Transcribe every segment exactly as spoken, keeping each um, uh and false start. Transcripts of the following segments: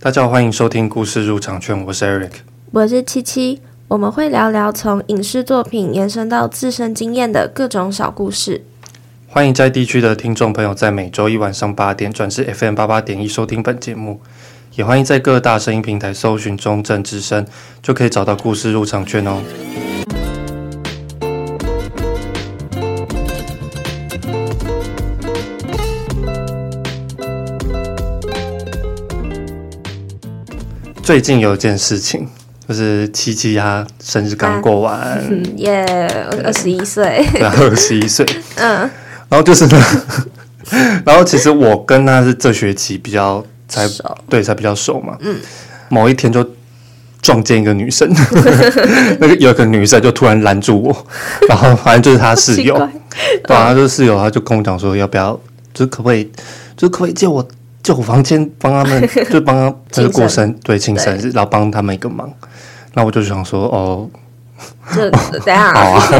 大家好，欢迎收听故事入场券，我是 Eric， 我是七七。我们会聊聊从影视作品延伸到自身经验的各种小故事。 欢迎在地区的听众朋友在每周一晚上八点转至 F M 八八点一收听本节目，也欢迎在各大声音平台搜寻中正之声，就可以找到故事入场券哦。最近有一件事情，就是七七她生日刚过完， 嗯耶，二十一岁， 对，二十一岁， 嗯， 然后就是呢，然后其实我跟她是这学期比较才对才比较熟嘛，嗯，某一天就撞见一个女生，那个有一个女生就突然拦住我，然后反正就是她室友，对啊，就是室友，她就跟我讲说要不要，就是可不可以，就是可不可以借我。就我房间帮他们，就帮他就是过生对庆生日，然后帮他们一个忙。那我就想说，哦， 就等一下， 好啊。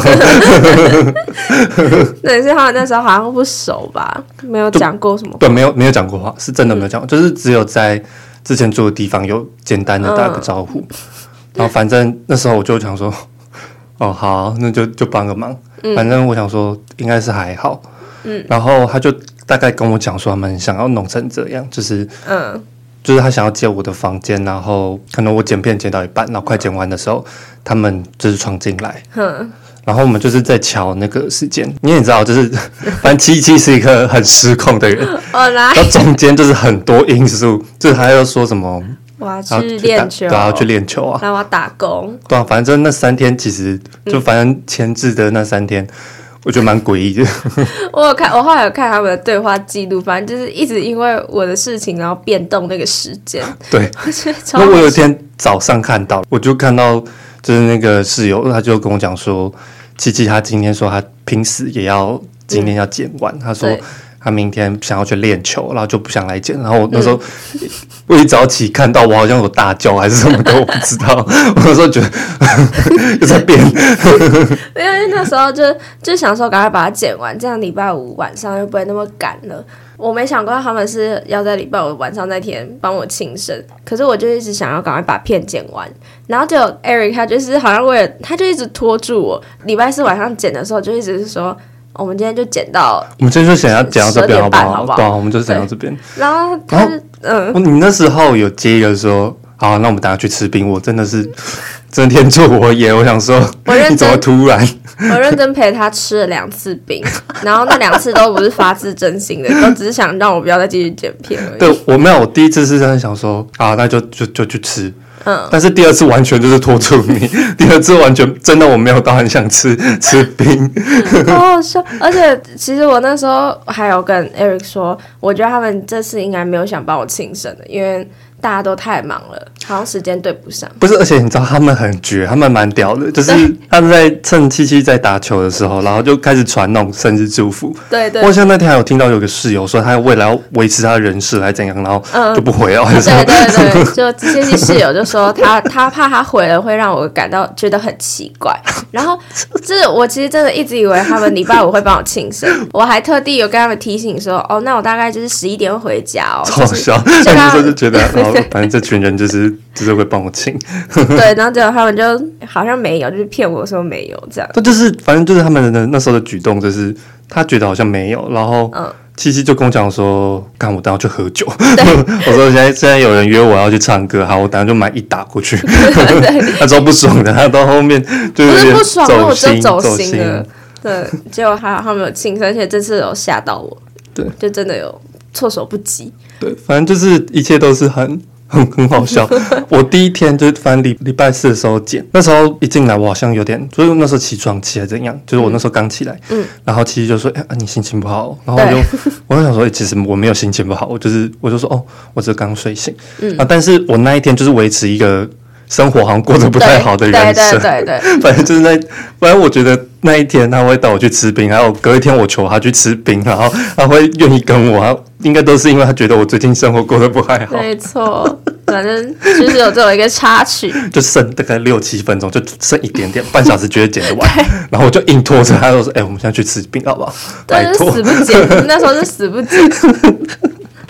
对，是他们那时候好像不熟吧，没有讲过什么话。 对，没有没有讲过话，是真的没有讲过，就是只有在之前住的地方有简单的打个招呼。嗯、然后反正那时候我就想说，哦，好，那就就帮个忙。嗯、反正我想说应该是还好。嗯，然后他就大概跟我讲说，他们想要弄成这样，就是，嗯，就是他想要借我的房间，然后可能我剪片剪到一半，然后快剪完的时候，他们就是闯进来，嗯，然后我们就是在瞧那个时间，你也知道，就是反正七七是一个很失控的人，然后中间就是很多因素，就是他又说什么。 我要去练球， 对啊，要去练球啊， 然后我要打工， 对啊，反正那三天其实就反正前置的那三天。我觉得蛮诡异的。 我有看，我后来有看他们的对话记录，反正就是一直因为我的事情，然后变动那个时间。 对，因为我有一天早上看到，我就看到就是那个室友，他就跟我讲说，七七他今天说他拼死也要今天要剪完，嗯、他说。他明天想要去练球，然后就不想来剪。然后我那时候、嗯、我一早起看到我好像有大叫还是什么的，我不知道。我那时候觉得又在变， 因为那时候就就想说赶快把它剪完，这样礼拜五晚上就不会那么赶了。我没想过他们是要在礼拜五晚上那天帮我庆生，可是我就一直想要赶快把片剪完。然后就 Eric 他就是好像为了他就一直拖住我，礼拜四晚上剪的时候就一直是说。我们今天就剪到， 我们今天就想要剪到这边，好不好？ 好不好？ 对啊，我们就是剪到这边。 然后他就，嗯， 你那时候有接一个说，好，那我们等下去吃冰。我真的是真天助我也，我想说，你怎么突然？ 我认真陪他吃了两次冰，然后那两次都不是发自真心的，都只是想让我不要再继续剪片而已。 对，我没有，我第一次是真的想说，啊，那就就就去吃。嗯，但是第二次完全就是拖住你，第二次完全真的我没有到很想吃吃冰， 好好笑。而且其实我那时候还有跟 Eric 说，我觉得他们这次应该没有想帮我庆生的，因为大家都太忙了，好像时间对不上。 不是，而且你知道他们很绝，他们蛮屌的，就是他们在趁七七在打球的时候，然后就开始传那种生日祝福。 对对。 我像那天还有听到有个室友说，他为了要维持他的人设还怎样，然后就不回了。嗯、 对对对，就这些室友就说他他怕他回了会让我感到觉得很奇怪。然后这我其实真的一直以为他们礼拜五会帮我庆生，我还特地有跟他们提醒说，哦，那我大概就是十一点会回家哦。 超好笑，那时候就觉得。反正这群人就是就是会帮我请， 对，然后结果他们就好像没有，就是骗我说没有这样。 这就是反正就是他们的那时候的举动，就是他觉得好像没有，然后七七就跟我讲说，干我等下去喝酒。我说现在现在有人约我要去唱歌，好，我等下就买一打过去。他超不爽的，他到后面就有点不爽，我就走心心了。对，结果还好他们有庆生，而且这次有吓到我， 对， 就真的有措手不及。 对，反正就是一切都是很很很好笑。我第一天就是反正礼礼拜四的时候剪，那时候一进来我好像有点，就是那时候起床气还怎样，就是我那时候刚起来，嗯，然后七七就说：“哎、欸啊，你心情不好、哦？”然后我就我就想说、欸，其实我没有心情不好，我就是我就说哦，我只是刚睡醒，嗯啊，但是我那一天就是维持一个。生活好像过得不太好的人生， 对对对对， 反正就是那，反正我觉得那一天他会带我去吃冰，还有隔一天我求他去吃冰，然后他会愿意跟我，他应该都是因为他觉得我最近生活过得不太好。 没错，反正就是有这种一个插曲， 就剩大概六七分钟，就剩一点点，半小时觉得剪得完，然后我就硬拖着他，说：“哎、欸，我们现在去吃冰好不好？” 对，就死不剪，那时候是死不剪。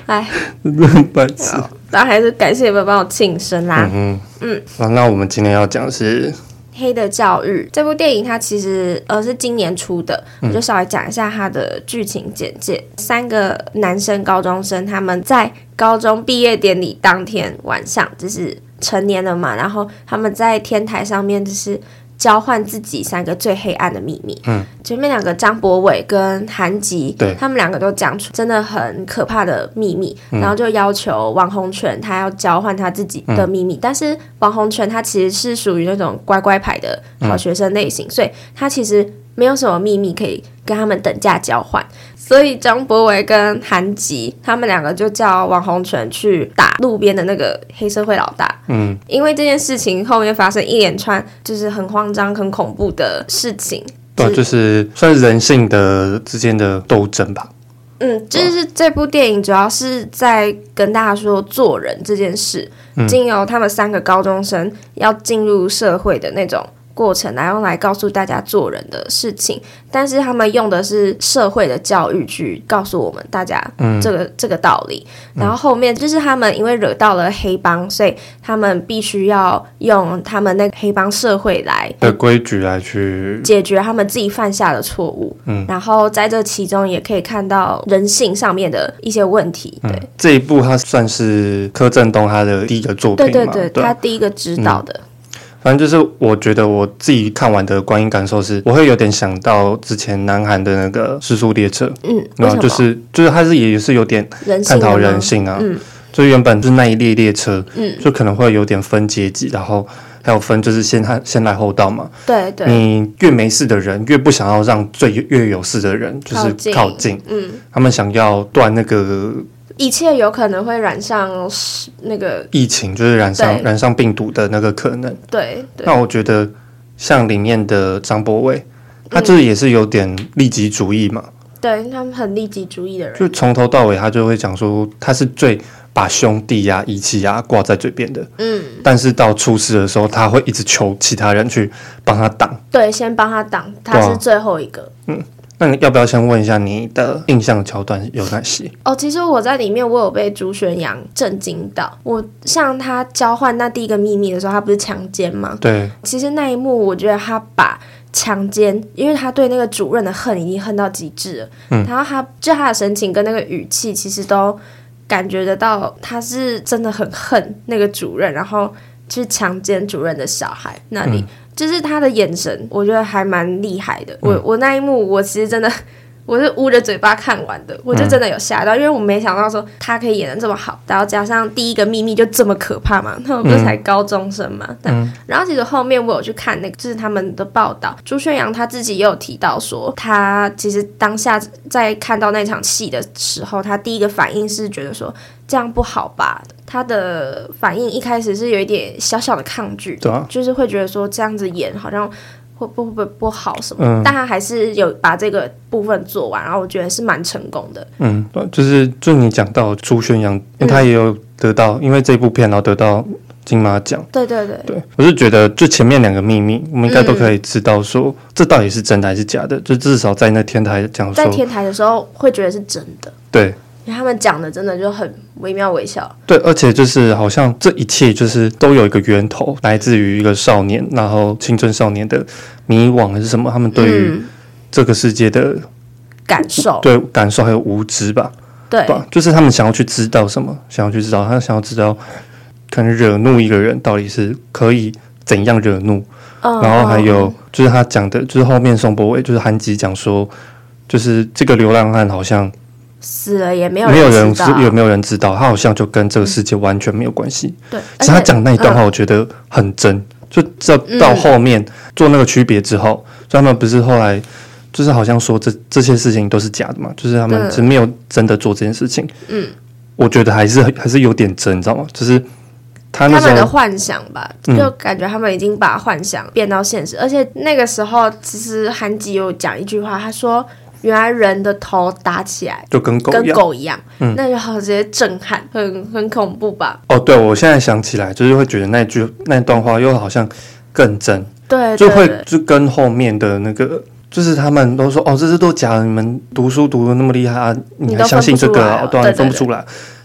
哎， 白痴。 当然还是感谢你们帮我庆生啦。 嗯嗯，啊，那我们今天要讲的是黑的教育这部电影，它其实呃是今年出的，我就稍微讲一下它的剧情简介。三个男生高中生，他们在高中毕业典礼当天晚上，就是成年了嘛，然后他们在天台上面就是交换自己三个最黑暗的秘密。嗯，前面两个张博伟跟韩吉，他们两个都讲出真的很可怕的秘密，嗯、然后就要求王洪权他要交换他自己的秘密，嗯、但是王洪权他其实是属于那种乖乖牌的好学生类型，嗯、所以他其实没有什么秘密可以跟他们等价交换。所以张博伟跟韩吉他们两个就叫王洪权去打路边的那个黑社会老大。嗯，因为这件事情后面发生一连串就是很慌张、很恐怖的事情。 对，就是算是人性的之间的斗争吧。 嗯，就是这部电影主要是在跟大家说做人这件事，嗯、经由他们三个高中生要进入社会的那种过程，来用来告诉大家做人的事情，但是他们用的是社会的教育去告诉我们大家这个、嗯、这个道理。然后后面就是他们因为惹到了黑帮，所以他们必须要用他们那个黑帮社会来的规矩来去解决他们自己犯下的错误。嗯，然后在这其中也可以看到人性上面的一些问题。对，嗯、 这一部他算是柯震东他的第一个作品嘛？ 对对 对, 对，他第一个指导的。嗯， 反正就是我觉得我自己看完的观影感受是，我会有点想到之前南韩的那个《失速列车》，嗯，然后就是就是它是也是有点探讨人性啊，嗯，就原本就是那一列列车，嗯，就可能会有点分阶级，然后还有分就是先先来后到嘛， 对对， 你越没事的人越不想要让最越有事的人就是靠近，靠近嗯，他们想要断那个。 一切有可能会染上那个疫情，就是染上染上病毒的那个可能。 对，对那我觉得像里面的张博伟，他就是也是有点利己主义嘛。 嗯、对他们很利己主义的人， 就从头到尾他就会讲说，他是最把兄弟啊、义气啊挂在嘴边的。嗯，但是到出事的时候，他会一直求其他人去帮他挡。 对，先帮他挡，他是最后一个。啊、 嗯。那你要不要先问一下你的印象桥段有哪些？ 哦，其实我在里面我有被朱宣阳震惊到。我像他交换那第一个秘密的时候，他不是强奸吗？ 对。 其实那一幕，我觉得他把强奸，因为他对那个主任的恨已经恨到极致了。嗯。然后他就他的神情跟那个语气，其实都感觉得到他是真的很恨那个主任，然后去强奸主任的小孩那里。嗯，就是他的眼神，我觉得还蛮厉害的。我我那一幕，我其实真的，我是捂着嘴巴看完的，我就真的有吓到，因为我没想到说他可以演得这么好，然后加上第一个秘密就这么可怕嘛，他们不是才高中生嘛。嗯、然后其实后面我有去看那个，就是他们的报道，朱宣阳他自己也有提到说，他其实当下在看到那场戏的时候，他第一个反应是觉得说这样不好吧。他的反应一开始是有一点小小的抗拒，对啊，就是会觉得说这样子演好像会不会不好什么、嗯，但他还是有把这个部分做完，然后我觉得是蛮成功的。嗯， 就是就你讲到朱宣阳，因为他也有得到、嗯，因为这部片然后得到金马奖。 对对对， 对，我是觉得就前面两个秘密，我们应该都可以知道说、嗯、这到底是真的还是假的，就至少在那天台讲说， 在天台的时候会觉得是真的。 对。 因为他们讲的真的就很惟妙惟肖， 对，而且就是好像这一切就是都有一个源头，来自于一个少年，然后青春少年的迷惘还是什么，他们对于这个世界的感受， 对感受还有无知吧， 对吧，就是他们想要去知道什么，想要去知道，他想要知道可能惹怒一个人到底是可以怎样惹怒，哦、然后还有就是他讲的，就是后面宋博伟就是韩吉讲说，就是这个流浪汉好像。 死了也没有人知道，没有人有没有人知道，他好像就跟这个世界完全没有关系。 对， 其实他讲那一段话，我觉得很真。嗯、就这到后面做那个区别之后，所以他们不是后来就是好像说这这些事情都是假的嘛，就是他们是没有真的做这件事情。嗯，我觉得还是还是有点真，你知道吗？就是他那时候他们的幻想吧，就感觉他们已经把幻想变到现实，嗯、而且那个时候其实韩吉有讲一句话，他说。原来人的头打起来就跟狗一样， 跟狗一样，嗯、那就好直接震撼，很很恐怖吧？ 哦，对，我现在想起来，就是会觉得那句那段话又好像更真， 对， 就会就跟后面的那个，就是他们都说哦，这是都假的，你们读书读的那么厉害啊，你还相信这个啊？对啊，你分不出来。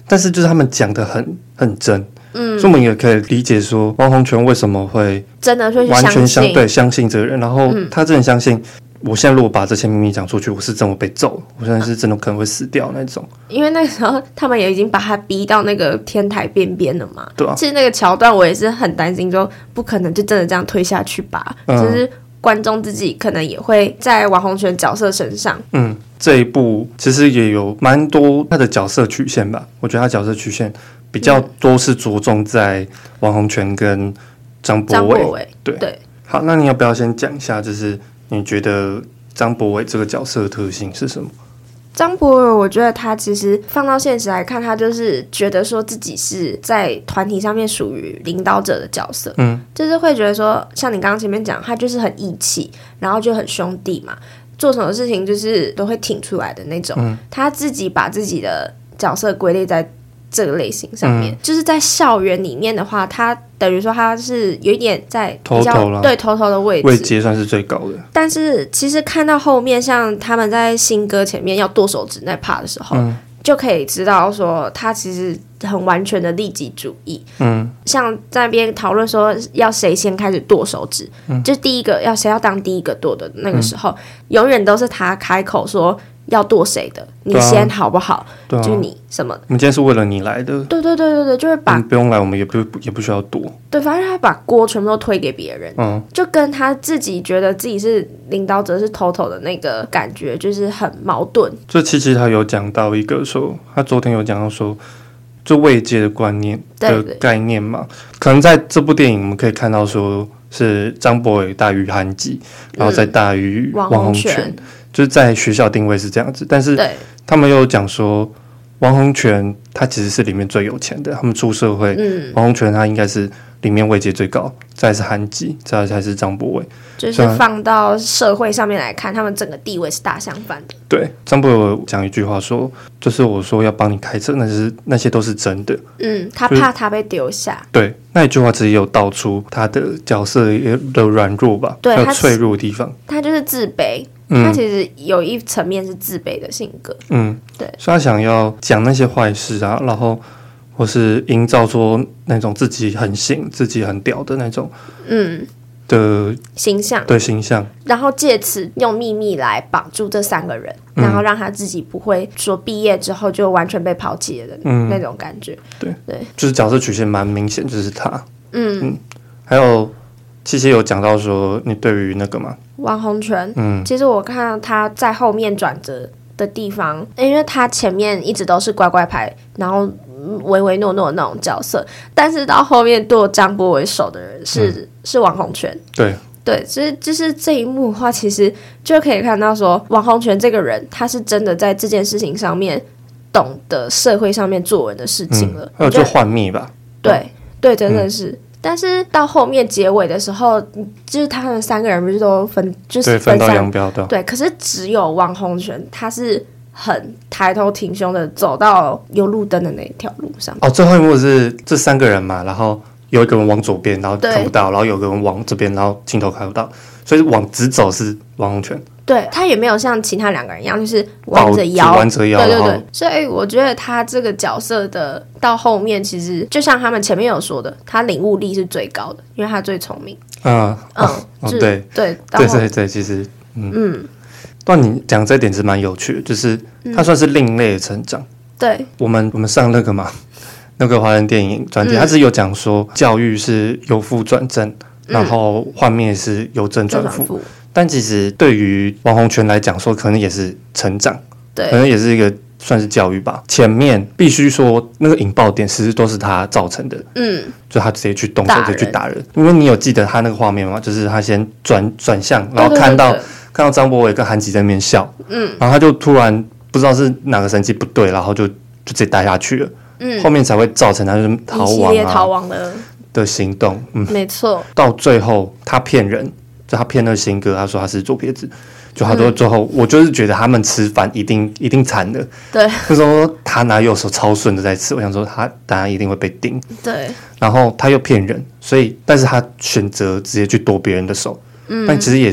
但是就是他们讲的很很真，嗯，所以我们也可以理解说王洪权为什么会真的会完全相对相信这个人，然后他真的相信。我现在如果把这些秘密讲出去，我是真的被揍，我现在是真的可能会死掉那种。 因为那个时候他们也已经把他逼到那个天台边边了嘛。 对啊。 其实那个桥段我也是很担心，说不可能就真的这样推下去吧。嗯。就是观众自己可能也会在王洪权角色身上。 嗯，这一部其实也有蛮多他的角色曲线吧。我觉得他角色曲线比较多是着重在王洪权跟张博伟。 张博伟。 对对。 好，那你要不要先讲一下，就是你觉得张博伟这个角色的特性是什么？ 张博伟，我觉得他其实放到现实来看，他就是觉得说自己是在团体上面属于领导者的角色，嗯，就是会觉得说，像你刚刚前面讲，他就是很义气，然后就很兄弟嘛，做什么事情就是都会挺出来的那种。嗯，他自己把自己的角色归类在这个类型上面，嗯、就是在校园里面的话，他等于说他是有一点在比较头头对头头的位置， 位阶算是最高的。 但是其实看到后面，像他们在新歌前面要剁手指那 part 的时候，嗯、就可以知道说他其实很完全的利己主义。嗯，像在那边讨论说要谁先开始剁手指，嗯、就第一个要谁要当第一个剁的那个时候，嗯、永远都是他开口说。要剁谁的？你先好不好？ 对啊、 就你什么？ 我们今天是为了你来的。 对对对对对，就是把、 嗯、不用来，我们也不也不需要剁。 对，反正他把锅全部都推给别人，嗯，就跟他自己觉得自己是领导者是头头的那个感觉，就是很矛盾。 这其实他有讲到一个说，他昨天有讲到说，就位阶的观念的概念嘛，可能在这部电影我们可以看到说是张博伟大于韩吉，然后再大于王洪权。嗯，就是在学校定位是这样子，但是他们又讲说，王洪权他其实是里面最有钱的，他们出社会，嗯、王洪权他应该是里面位阶最高，再来是韩吉，再来才是张博伟， 就是放到社会上面来看，他们整个地位是大相反的。 对，张博伟讲一句话说，就是我说要帮你开车，那是那些都是真的。 嗯，他怕他被丢下。 就是、对，那一句话其实也有道出他的角色的软弱吧， 对， 还有脆弱的地方。 他就是自卑。嗯、他其实有一层面是自卑的性格，嗯，对， 所以他想要讲那些坏事啊，然后或是营造出那种自己很行、自己很屌的那种，嗯的形象， 对形象， 然后借此用秘密来绑住这三个人，嗯、然后让他自己不会说毕业之后就完全被抛弃的那种感觉，嗯、 对对，就是角色曲线蛮明显，就是他，嗯嗯，还有其实有讲到说，你对于那个嘛。 王洪权，嗯，其实我看到他在后面转折的地方，因为他前面一直都是乖乖牌，然后唯唯诺诺的那种角色，但是到后面剁张博伟手的人是、嗯、是王洪权， 对对，所以就是这一幕的话，其实就可以看到说，王洪权这个人，他是真的在这件事情上面懂得社会上面做人的事情了， 还有就幻灭吧， 对对，真的是。嗯，但是到后面结尾的时候，就是他们三个人不是都分，就是分道扬镳的。 对，可是只有王洪权，他是很抬头挺胸的走到有路灯的那一条路上。 哦，最后一幕是这三个人嘛，然后有一个人往左边，然后看不到，然后有个人往这边，然后镜头看不到，所以往直走是王洪权。 对，他也没有像其他两个人一样，就是弯着腰， 弯着腰， 对对对。所以我觉得他这个角色的到后面，其实就像他们前面有说的，他领悟力是最高的，因为他最聪明。 嗯嗯，哦、对对对对对，其实嗯嗯，但你讲这点是蛮有趣的，就是他算是另类的成长。 嗯、对， 我们我们上那个嘛，那个华人电影专题，嗯、他是有讲说教育是由负转正，然后幻灭是由正转负。但其实对于王洪权来讲说，可能也是成长， 对， 可能也是一个算是教育吧。前面必须说那个引爆点其实都是他造成的，嗯，就他直接去动手，直接去打人。因为你有记得他那个画面吗？就是他先转转向，然后看到对对对对看到张博伟跟韩吉在那边笑，嗯，然后他就突然不知道是哪个神机不对，然后就就直接打下去了，嗯，后面才会造成他就是逃亡啊， 逃亡的的行动，嗯， 没错。到最后他骗人。就他骗那个新哥，他说他是左撇子，就他说最后、嗯、我就是觉得他们吃饭一定一定惨的。 对， 那时候他拿右手超顺的在吃，我想说他当然一定会被盯。 对， 然后他又骗人，所以但是他选择直接去夺别人的手，嗯，但其实也是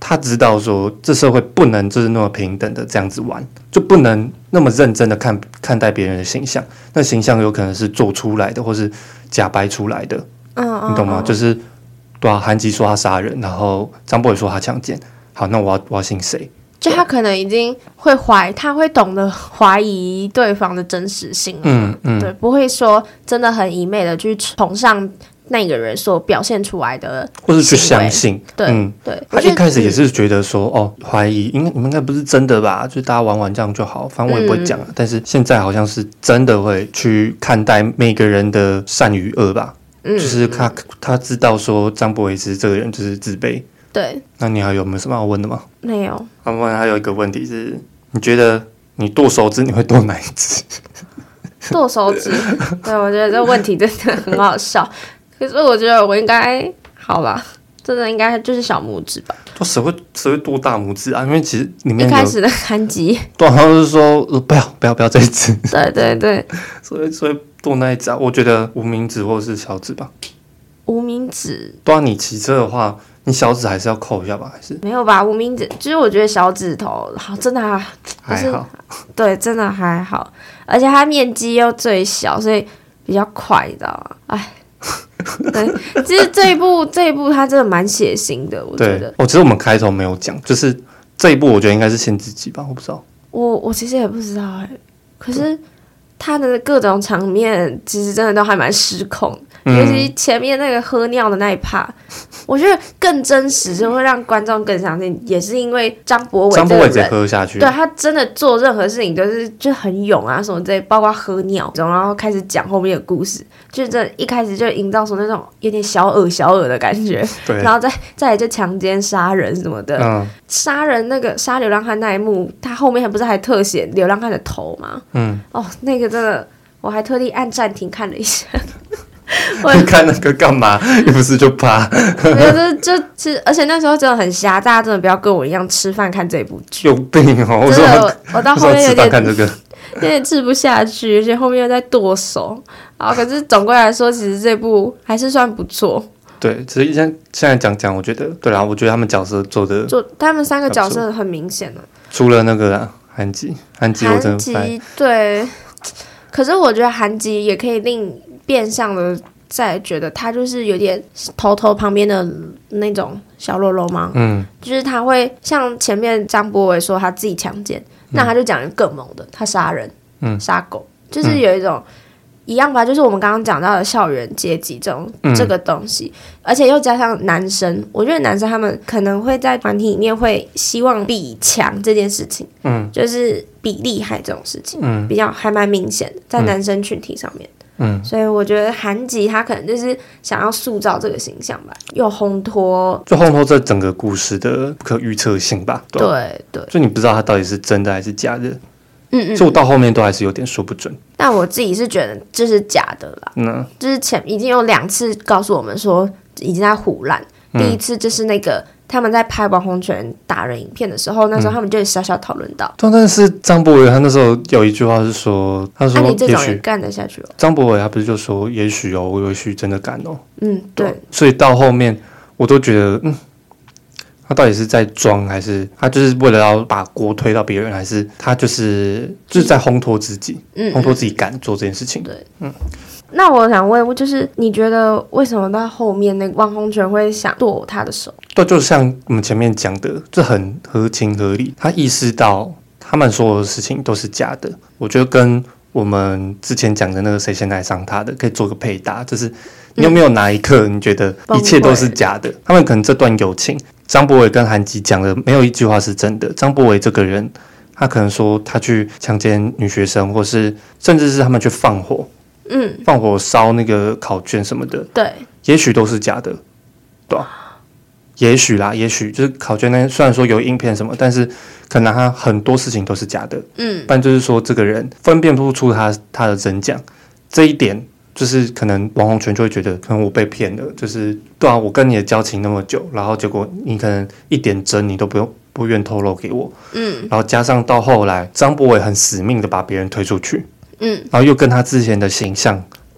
他知道说这社会不能就是那么平等的这样子玩，就不能那么认真的看看待别人的形象，那形象有可能是做出来的，或是假掰出来的， 嗯嗯， 你懂吗？ 嗯就是对啊，韩吉说他杀人，然后张博伟说他强奸，好，那我要我要信谁？ 就他可能已经会怀，他会懂得怀疑对方的真实性了， 嗯嗯， 对，不会说真的很一昧的去崇尚那个人所表现出来的， 或是去相信， 对、 嗯、 对。 他一开始也是觉得说，哦，怀疑，应该你们应该不是真的吧？就大家玩玩这样就好，反正我也不会讲、啊嗯。但是现在好像是真的会去看待每个人的善与恶吧，嗯、就是他他知道说张博维斯这个人就是自卑。 对， 那你还有没有什么要问的吗？ 没有。 他们还有一个问题是，你觉得你剁手指你会剁哪一只？ 剁手指，对，我觉得这个问题真的很好笑。可是我觉得我应该好吧，真的应该就是小拇指吧。 谁会谁会剁大拇指啊？因为其实里面一开始的韩吉， 对，然后就是说、呃、不要不要不要这一只， 对对对， 所以所以剁那一只啊，我觉得无名指或者是小指吧。 无名指， 对啊，你骑车的话，你小指还是要扣一下吧？还是没有吧？无名指，就是我觉得小指头好，真的还还好， 对，真的还好，而且它面积又最小，所以比较快，你知道吗？哎。对，其实这一部这一部它真的蛮血腥的，我觉得。 我其实我们开头没有讲，就是这一部我觉得应该是限制级吧，我不知道。 我我其实也不知道哎、欸，可是它的各种场面其实真的都还蛮失控，嗯、尤其前面那个喝尿的那一趴，我觉得更真实，就会让观众更相信，也是因为张博伟这个人， 张博伟直接喝下去， 对他真的做任何事情都是就很勇啊什么之类，包括喝尿，然后开始讲后面的故事，就是这一开始就营造出那种有点小恶小恶的感觉， 对， 然后再再来就强奸杀人什么的， 嗯， 杀人那个杀流浪汉那一幕，他后面还不是还特写流浪汉的头吗？嗯，哦，那个真的，我还特地按暂停看了一下。 你看那个干嘛？又不是就怕？ 没有，就就是而且那时候真的很瞎，大家真的不要跟我一样吃饭看这部剧。 有病哦！ 真的，我我到后面有点看这个， 有点吃不下去，而且后面又在剁手。啊，可是总归来说，其实这部还是算不错。 对，只是现现在讲讲，我觉得对啦，我觉得他们角色做的， 做他们三个角色很明显了。 除了那个韩吉，韩吉我真的韩吉对，可是我觉得韩吉也可以另变相的再觉得他就是有点头头旁边的那种小喽啰嘛，嗯，就是他会像前面张博伟说他自己强奸，嗯、那他就讲更猛的，他杀人，嗯，杀狗，就是有一种。嗯一样吧，就是我们刚刚讲到的校园阶级这种、嗯、这个东西，而且又加上男生，我觉得男生他们可能会在团体里面会希望比强这件事情，嗯，就是比厉害这种事情，嗯，比较还蛮明显的，在男生群体上面，嗯，所以我觉得韩吉他可能就是想要塑造这个形象吧，又烘托， 就烘托这整个故事的不可预测性吧，对对对， 就你不知道他到底是真的还是假的。 嗯嗯， 所以我到后面都还是有点说不准。 但我自己是觉得这是假的啦，嗯，就是前已经有两次告诉我们说已经在唬烂、嗯。第一次就是那个他们在拍王洪泉打人影片的时候，那时候他们就小小讨论到。 对、嗯，但是张博伟他那时候有一句话是说，他说：“ 那、啊、你这种也干得下去哦？” 张博伟他不是就说：“也许哦，我也许真的敢哦。” 嗯，对。 所以到后面我都觉得，嗯。他到底是在装，还是他就是为了要把锅推到别人，还是他就是就是在烘托自己，嗯，烘托自己敢做这件事情。 对，嗯。那我想问，就是你觉得为什么到后面那个王洪泉会想剁他的手？ 对，就像我们前面讲的，这很合情合理。他意识到他们所有的事情都是假的，我觉得跟我们之前讲的那个谁先爱上他的可以做个配搭，就是你有没有哪一刻你觉得一切都是假的？他们可能这段友情。张博伟跟韩吉讲的没有一句话是真的。张博伟这个人，他可能说他去强奸女学生，或是甚至是他们去放火，嗯，放火烧那个考卷什么的， 对， 也许都是假的，对吧、啊？也许啦，也许就是考卷那虽然说有影片什么，但是可能他很多事情都是假的，嗯，不然就是说这个人分辨不出他他的真假，这一点。就是可能王洪泉就会觉得，可能我被骗了，就是对啊，我跟你的交情那么久，然后结果你可能一点真你都不用不愿透露给我，嗯，然后加上到后来张博伟很死命的把别人推出去，嗯，然后又跟他之前的形象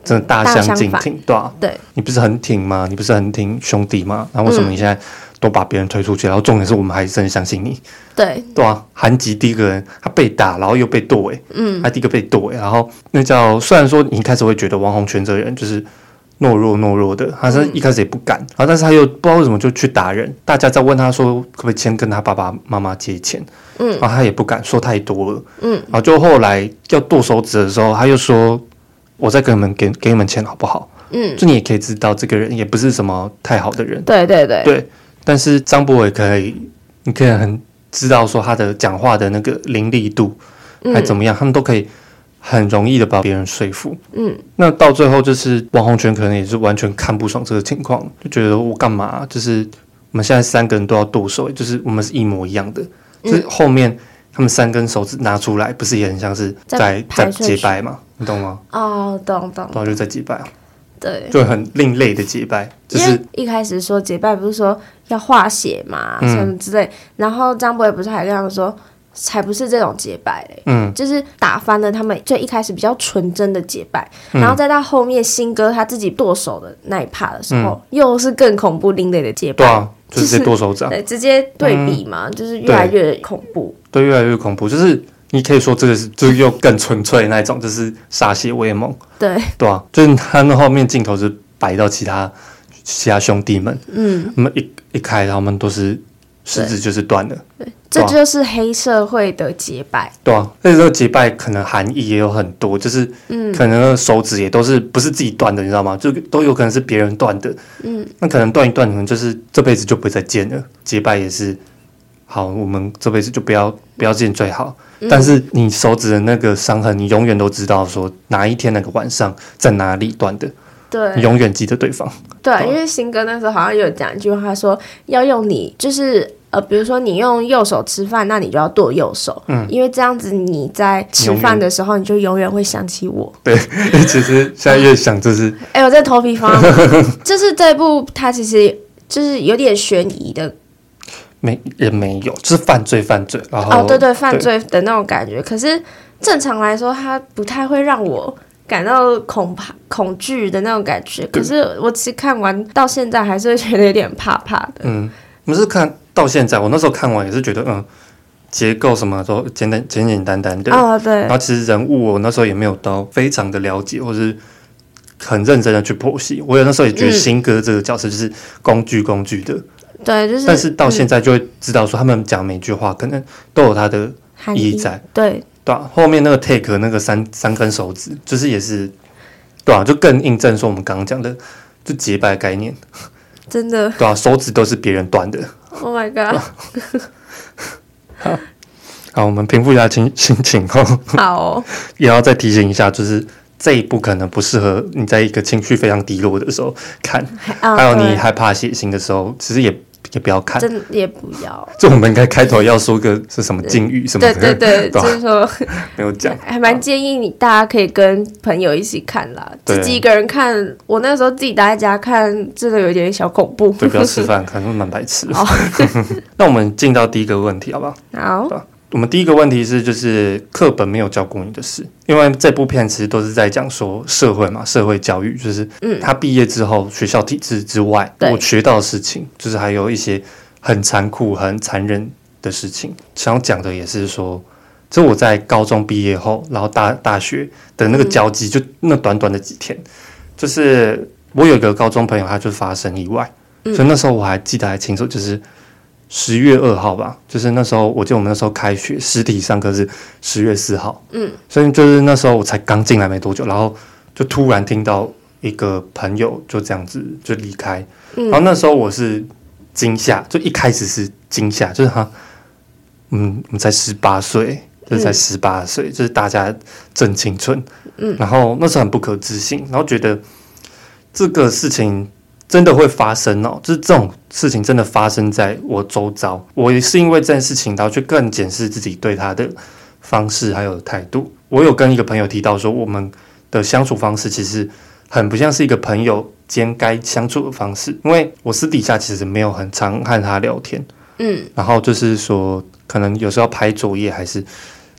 真的大相径庭，对啊， 对， 你不是很挺吗？你不是很挺兄弟吗？然后为什么你现在都把别人推出去？嗯、然后重点是我们还真的相信你， 对， 对啊。韩吉第一个人他被打，然后又被剁，哎，嗯，他第一个被剁，然后那叫虽然说你一开始会觉得王洪权这个人就是懦弱懦弱的，他是一开始也不敢，然后但是他又不知道为什么就去打人，大家在问他说可不可以先跟他爸爸妈妈借钱，嗯，然后他也不敢说太多了，嗯，然后就后来要剁手指的时候，他又说我再给你们给给你们钱好不好？嗯，就你也可以知道这个人也不是什么太好的人， 对对对对，但是张博伟可以，你可以很知道说他的讲话的那个凌厉度还怎么样，嗯、他们都可以很容易的把别人说服。嗯，那到最后就是王洪权可能也是完全看不爽这个情况，就觉得我干嘛？就是我们现在三个人都要剁手，就是我们是一模一样的。嗯、就是后面他们三根手指拿出来，不是也很像是在在结拜吗？你懂吗？ 哦，懂懂。 然后就在结拜啊。 对， 就很另类的结拜，就是一开始说结拜不是说要化血嘛，嗯、什么之类，然后张博伟不是还跟他们说，才不是这种结拜嘞，嗯，就是打翻了他们最一开始比较纯真的结拜，嗯、然后再到后面新哥他自己剁手的那一趴的时候，嗯、又是更恐怖另类的结拜， 对啊，就是直接剁手掌， 对，直接对比嘛，嗯、就是越来越恐怖， 对，对，越来越恐怖，就是。你可以说这个是，就是又更纯粹那一种，就是歃血为盟， 对对啊，就是他那后面镜头是摆到其他其他兄弟们，嗯，他们一一开，他们都是食指就是断了， 对，这就是黑社会的结拜， 对啊，而且这个结拜可能含义也有很多，就是嗯，可能手指也都是不是自己断的，你知道吗？就都有可能是别人断的，嗯，那可能断一断，可能就是这辈子就不会再见了。结拜也是。好，我们这辈子就不要不要见最好。嗯、但是你手指的那个伤痕，你永远都知道说哪一天那个晚上在哪里断的。 对， 你永远记得对方。 对，对因为新哥那时候好像有讲一句话，他说要用你就是呃，比如说你用右手吃饭，那你就要剁右手，嗯，因为这样子你在吃饭的时候，你就永远会想起我。 对，其实现在越想就是， 哎、欸，我在头皮发麻，就是这部它其实就是有点悬疑的。 没也没有，就是犯罪犯罪，然后哦，对对，犯罪的那种感觉。可是正常来说，它不太会让我感到恐怕、恐惧的那种感觉。可是我其实看完到现在，还是会觉得有点怕怕的。 嗯，我是看到现在，我那时候看完也是觉得，嗯，结构什么都简单、简简单单的。 哦，对。 然后其实人物我那时候也没有到非常的了解，或是很认真的去剖析。我有那时候也觉得新哥这个角色就是工具工具的。 对，就是， 但是到现在就会知道说，他们讲每句话可能都有它的意义在。 对， 对啊，后面那个 take 那个三三根手指，就是也是，对啊，就更印证说我们刚刚讲的，就结拜概念。 真的。 对啊，手指都是别人断的。 Oh my god！ 好，好，我们平复一下心心情哦。 好哦。 也要再提醒一下，就是这一部可能不适合你在一个情绪非常低落的时候看，哦、还有你害怕血腥的时候，其实也。也不要看， 真也不要。 就我们应该开头要说个是什么禁语什么的， 对对对，就是说没有讲， 还蛮建议你大家可以跟朋友一起看啦，自己一个人看，我那时候自己待在家看，真的有点小恐怖。 对，不要吃饭，可能蛮白痴。哦、那我们进到第一个问题好不好？ 好。 我们第一个问题是，就是课本没有教过你的事，因为这部片其实都是在讲说社会嘛，社会教育，就是他毕业之後學校體制之外，我學到的事情，就是還有一些很殘酷、很殘忍的事情。想講的也是說，就我在高中畢業後，然後大大學的那個交集，就那短短的幾天，就是我有一個高中朋友，他就發生意外，所以那時候我還記得還清楚，就是十月二號吧，就是那時候我記得我們那時候開學實體上課是十月四號，嗯，所以就是那時候我才剛進來沒多久，然後就突然聽到一個朋友就這樣子就離開，嗯，然後那時候我是驚嚇，就一開始是驚嚇，就是他，嗯，我們才十八歲，就是才十八歲，就是大家正青春，嗯，然後那時候很不可置信，然後覺得這個事情真的會發生哦，就是這種事情真的發生在我周遭，我也是因為這件事情，然後去更檢視自己對他的方式還有態度。我有跟一個朋友提到說，我們的相處方式其實很不像是一個朋友間該相處的方式，因為我私底下其實沒有很常和他聊天，嗯，然後就是說可能有時候拍作業還是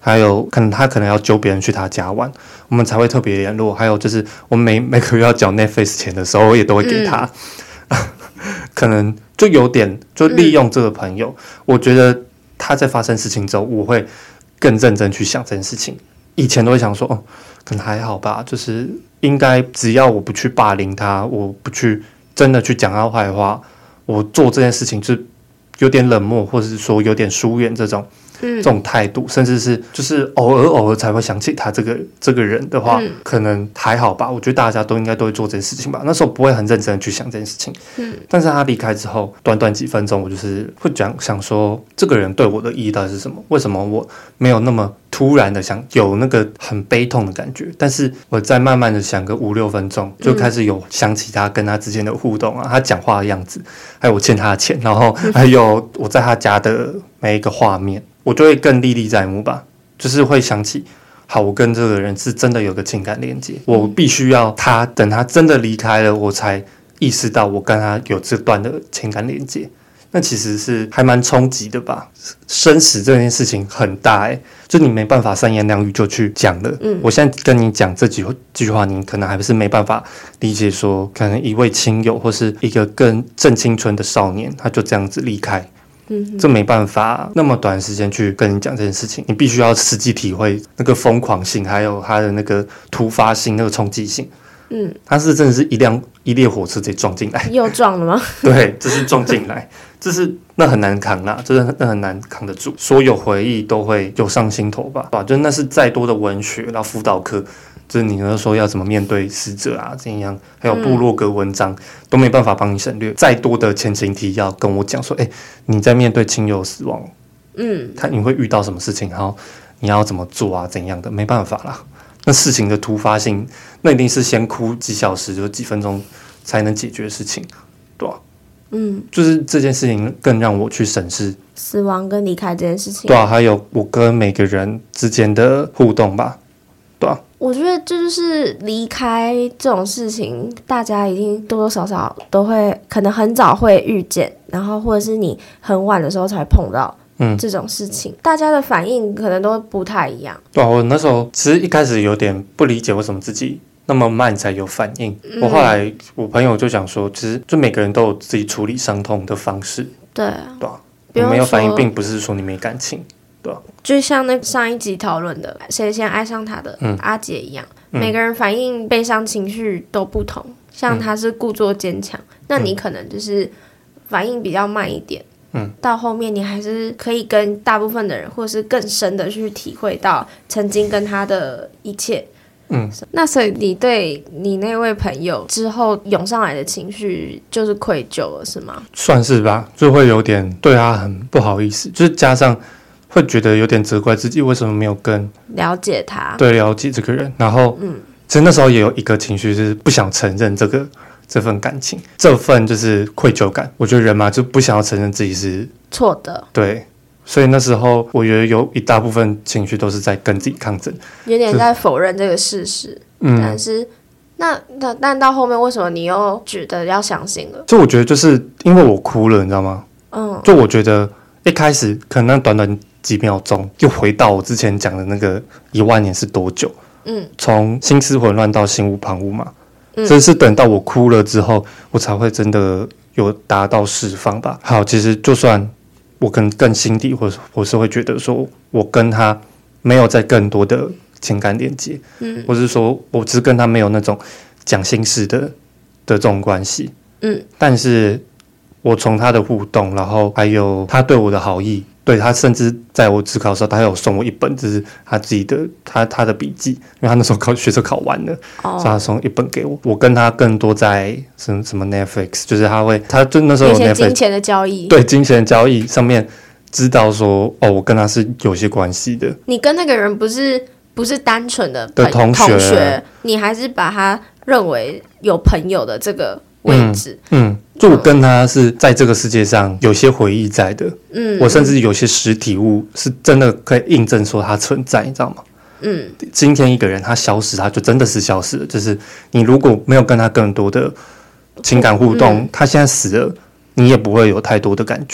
还有可能他可能要揪别人去他家玩，我们才会特别联络。还有就是我们每每个月要缴 Netflix 钱的时候，我也都会给他。嗯、可能就有点就利用这个朋友、嗯，我觉得他在发生事情之后，我会更认真去想这件事情。以前都会想说，哦，可能还好吧，就是应该只要我不去霸凌他，我不去真的去讲他坏话，我做这件事情就是有点冷漠，或者是说有点疏远这种。嗯、这种态度，甚至是就是偶尔偶尔才会想起他这个这个人的话、嗯，可能还好吧。我觉得大家都应该都会做这件事情吧。那时候不会很认真的去想这件事情。嗯，但是他离开之后，短短几分钟，我就是会讲想说，这个人对我的意义到底是什么？为什么我没有那么突然的想有那个很悲痛的感觉？但是我再慢慢的想个五六分钟，就开始有想起他跟他之间的互动啊，他讲话的样子，还有我欠他的钱，然后还有我在他家的每一个画面。我就会更历历在目吧，就是会想起，好，我跟这个人是真的有个情感连接，我必须要他等他真的离开了，我才意识到我跟他有这段的情感连接。那其实是还蛮冲击的吧，生死这件事情很大欸，就你没办法三言两语就去讲了。嗯，我现在跟你讲这几句话，你可能还是没办法理解说，可能一位亲友或是一个更正青春的少年，他就这样子离开。嗯，这没办法那么短时间去跟你讲这件事情，你必须要实际体会那个疯狂性，还有它的那个突发性、那个冲击性。嗯，它是真的是一辆一列火车直接撞进来， 又撞了吗？ 对，这是撞进来，这是那很难扛啦，这是那很难扛得住，所有回忆都会涌上心头吧，对吧？就那是再多的文学，然后辅导课。就是你那说要怎么面对死者啊，怎样，还有部落格文章、嗯、都没办法帮你省略。再多的前情提要跟我讲说，哎、欸，你在面对亲友死亡，嗯，他你会遇到什么事情，然后你要怎么做啊，怎样的，没办法啦。那事情的突发性，那一定是先哭几小时，就几分钟才能解决的事情，对吧、啊？嗯，就是这件事情更让我去审视死亡跟离开这件事情， 对啊，还有我跟每个人之间的互动吧。对啊， 我觉得这就是离开这种事情，大家一定多多少少都会，可能很早会遇见，然后或者是你很晚的时候才碰到这种事情、嗯、大家的反应可能都不太一样。 对啊，我那时候其实一开始有点不理解为什么自己那么慢才有反应、嗯、我后来我朋友就讲说，其实就每个人都有自己处理伤痛的方式。 对啊， 对啊，你没有反应并不是说你没感情，对啊， 就像那上一集讨论的谁先爱上他的、嗯、阿姐一样、嗯、每个人反应悲伤情绪都不同，像他是故作坚强、嗯、那你可能就是反应比较慢一点，嗯，到后面你还是可以跟大部分的人或是更深的去体会到曾经跟他的一切。嗯，那所以你对你那位朋友之后涌上来的情绪就是愧疚了是吗？ 算是吧，就会有点对他很不好意思，就是加上会觉得有点责怪自己为什么没有更了解他， 对，了解这个人。然后嗯，其实那时候也有一个情绪是不想承认这个这份感情，这份就是愧疚感。我觉得人嘛就不想要承认自己是错的，对，所以那时候我觉得有一大部分情绪都是在跟自己抗争， 有点在否认这个事实。嗯，但是那那但到后面为什么你又觉得要相信了？ 就我觉得就是因为我哭了，你知道吗？嗯，就我觉得一开始可能那短短几秒钟又回到我之前讲的那个一万年是多久？嗯，从心思混乱到心无旁骛嘛。嗯，这是等到我哭了之后，我才会真的有达到释放吧。好，其实就算我可能更心底，或我是会觉得说，我跟他没有再更多的情感连接，嗯，或是说我只是跟他没有那种讲心事的的这种关系，嗯，但是我从他的互动，然后还有他对我的好意，对他甚至在我指考的时候，他有送我一本，就是他自己的他他的笔记，因为他那时候考学测考完了，哦，所以他送一本给我。我跟他更多在什么什么 Netflix， 就是他会，他就那时候有 Netflix， 一些金钱的交易， 对金钱的交易上面知道说，哦，我跟他是有些关系的。 你跟那个人不是不是单纯的的同学， 同学，你还是把他认为有朋友的这个位置， 嗯。嗯，就我跟他是在这个世界上有些回忆在的，嗯，我甚至有些实体物是真的可以印证说它存在，你知道吗？嗯，今天一个人他消失，他就真的是消失了，就是你如果没有跟他更多的情感互动，嗯，他现在死了，你也不会有太多的感觉，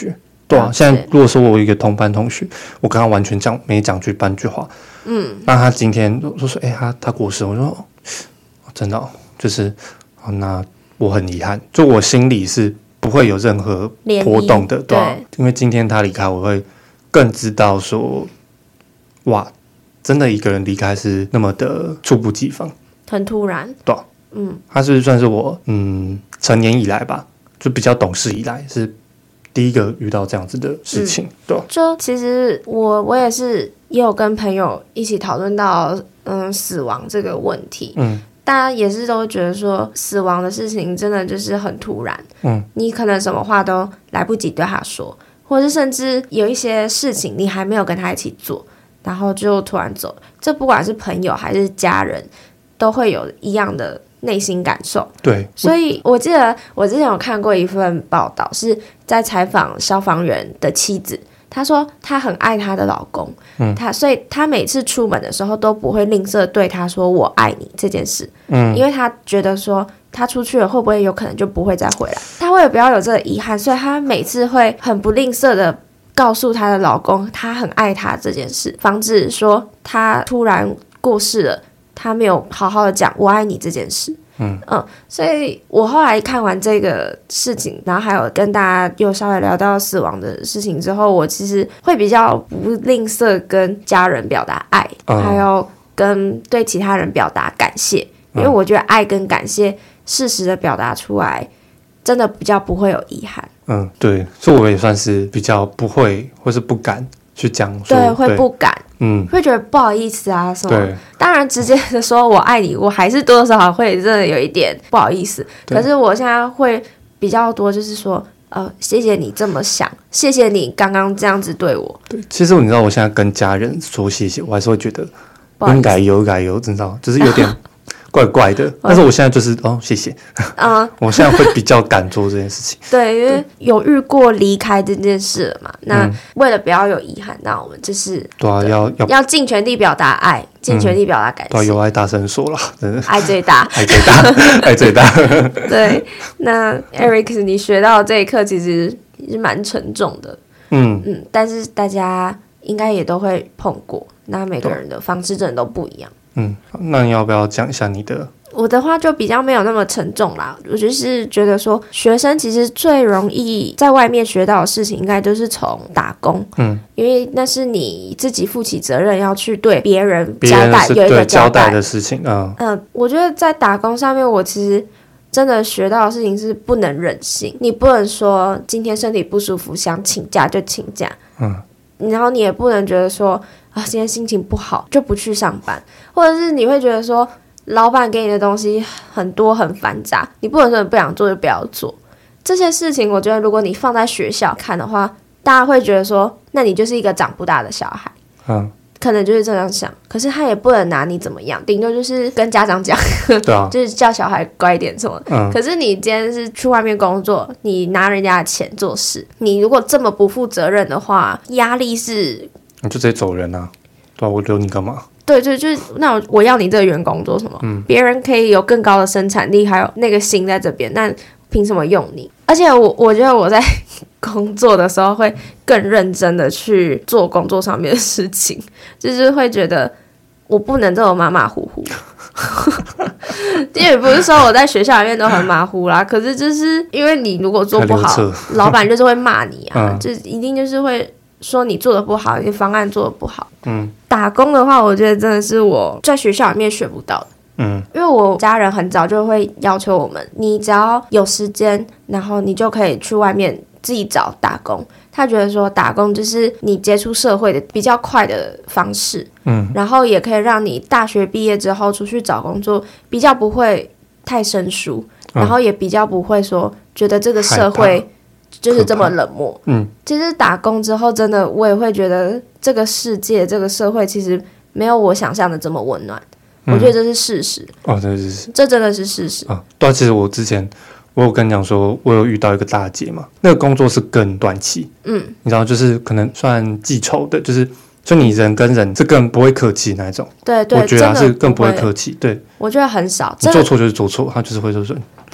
对啊，现在如果说我有一个同班同学，我跟他完全讲没讲句半句话，嗯，那他今天就说，哎、欸，他他过世，我说、哦、真的、哦，就是、哦，那我很遗憾，就我心里是不会有任何波动的，对、啊、对，因为今天他离开，我会更知道说，哇，真的一个人离开是那么的猝不及防， 很突然， 对、啊，嗯，他是算是我嗯成年以来吧，就比较懂事以来是。第一个遇到这样子的事情，嗯、对、啊， 就其实我我也是也有跟朋友一起讨论到嗯死亡这个问题，嗯，大家也是都觉得说死亡的事情真的就是很突然，嗯，你可能什么话都来不及对他说，或者是甚至有一些事情你还没有跟他一起做，然后就突然走，这不管是朋友还是家人，都会有一样的内心感受。 对， 所以我记得我之前有看过一份报道，是在采访消防员的妻子，她说她很爱她的老公，嗯，她所以她每次出门的时候都不会吝啬对他说我爱你这件事，嗯，因为她觉得说她出去了会不会有可能就不会再回来，她为了不要有这个遗憾，所以她每次会很不吝啬的告诉她的老公她很爱他这件事，防止说她突然过世了他没有好好的讲我爱你这件事，嗯嗯，所以我后来看完这个事情，然后还有跟大家又稍微聊到死亡的事情之后，我其实会比较不吝啬跟家人表达爱，嗯、还有跟对其他人表达感谢，因为我觉得爱跟感谢适时的表达出来，真的比较不会有遗憾。 嗯，对，所以我也算是比较不会或是不敢去讲说， 对，会不敢。嗯，会觉得不好意思啊什么。对，当然直接的说我爱你，我还是多多少少会真的有一点不好意思。可是我现在会比较多，就是说，呃，谢谢你这么想，谢谢你刚刚这样子对我。 对，其实你知道，我现在跟家人说谢谢，我还是会觉得应该有，应该有，知道，就是有点怪怪的。但是我现在就是哦，谢谢。嗯，我现在会比较敢做这件事情。 对，因为有遇过离开这件事了嘛，那为了不要有遗憾，那我们就是对啊，要要要尽全力表达爱，尽全力表达感谢。 对，有爱大声说啦， 爱最大， 爱最大，爱最大。 对，那 Eric， 你学到这一课其实是蛮沉重的。嗯嗯，但是大家应该也都会碰过，那每个人的方式真的都不一样。 嗯，那你要不要讲一下你的？ 我的话就比较没有那么沉重啦，我就是觉得说，学生其实最容易在外面学到的事情，应该都是从打工，嗯，因为那是你自己负起责任要去对别人交代，有一个交代的事情，嗯嗯、呃，我觉得在打工上面，我其实真的学到的事情是不能任性，你不能说今天身体不舒服想请假就请假，嗯，然后你也不能觉得说啊今天心情不好就不去上班，或者是你会觉得说老板给你的东西很多很繁杂，你不能说你不想做就不要做。这些事情我觉得如果你放在学校看的话，大家会觉得说那你就是一个长不大的小孩，嗯，可能就是这样想，可是他也不能拿你怎么样，顶多就是跟家长讲，对啊，就是叫小孩乖一点什么、嗯、可是你今天是去外面工作，你拿人家的钱做事，你如果这么不负责任的话，压力是你就直接走人啊，对啊，我留你干嘛？ 对对，就是那我我要你这个员工做什么？嗯，别人可以有更高的生产力，还有那个心在这边，那凭什么用你？而且我我觉得我在工作的时候会更认真的去做工作上面的事情，就是会觉得我不能这么马马虎虎。也不是说我在学校里面都很马虎啦，可是就是因为你如果做不好，老板就是会骂你啊，嗯、就一定就是会说你做的不好，你方案做的不好。嗯，打工的话，我觉得真的是我在学校里面学不到的。嗯，因为我家人很早就会要求我们，你只要有时间，然后你就可以去外面自己找打工。他觉得说打工就是你接触社会的比较快的方式，嗯，然后也可以让你大学毕业之后出去找工作比较不会太生疏，嗯、然后也比较不会说觉得这个社会就是这么冷漠。嗯，其实打工之后，真的我也会觉得这个世界、这个社会其实没有我想象的这么温暖。嗯、我觉得这是事实。哦，这是事实，这真的是事实。 啊，对啊，其实我之前我有跟你讲说，我有遇到一个大姐嘛，那个工作是更短期。嗯，你知道，就是可能算记仇的，就是就你人跟人是更不会客气那一种。 对对， 我觉得、啊、是更不会客气。对， 我觉得很少， 你做错就是做错，他就是会说顺。 对。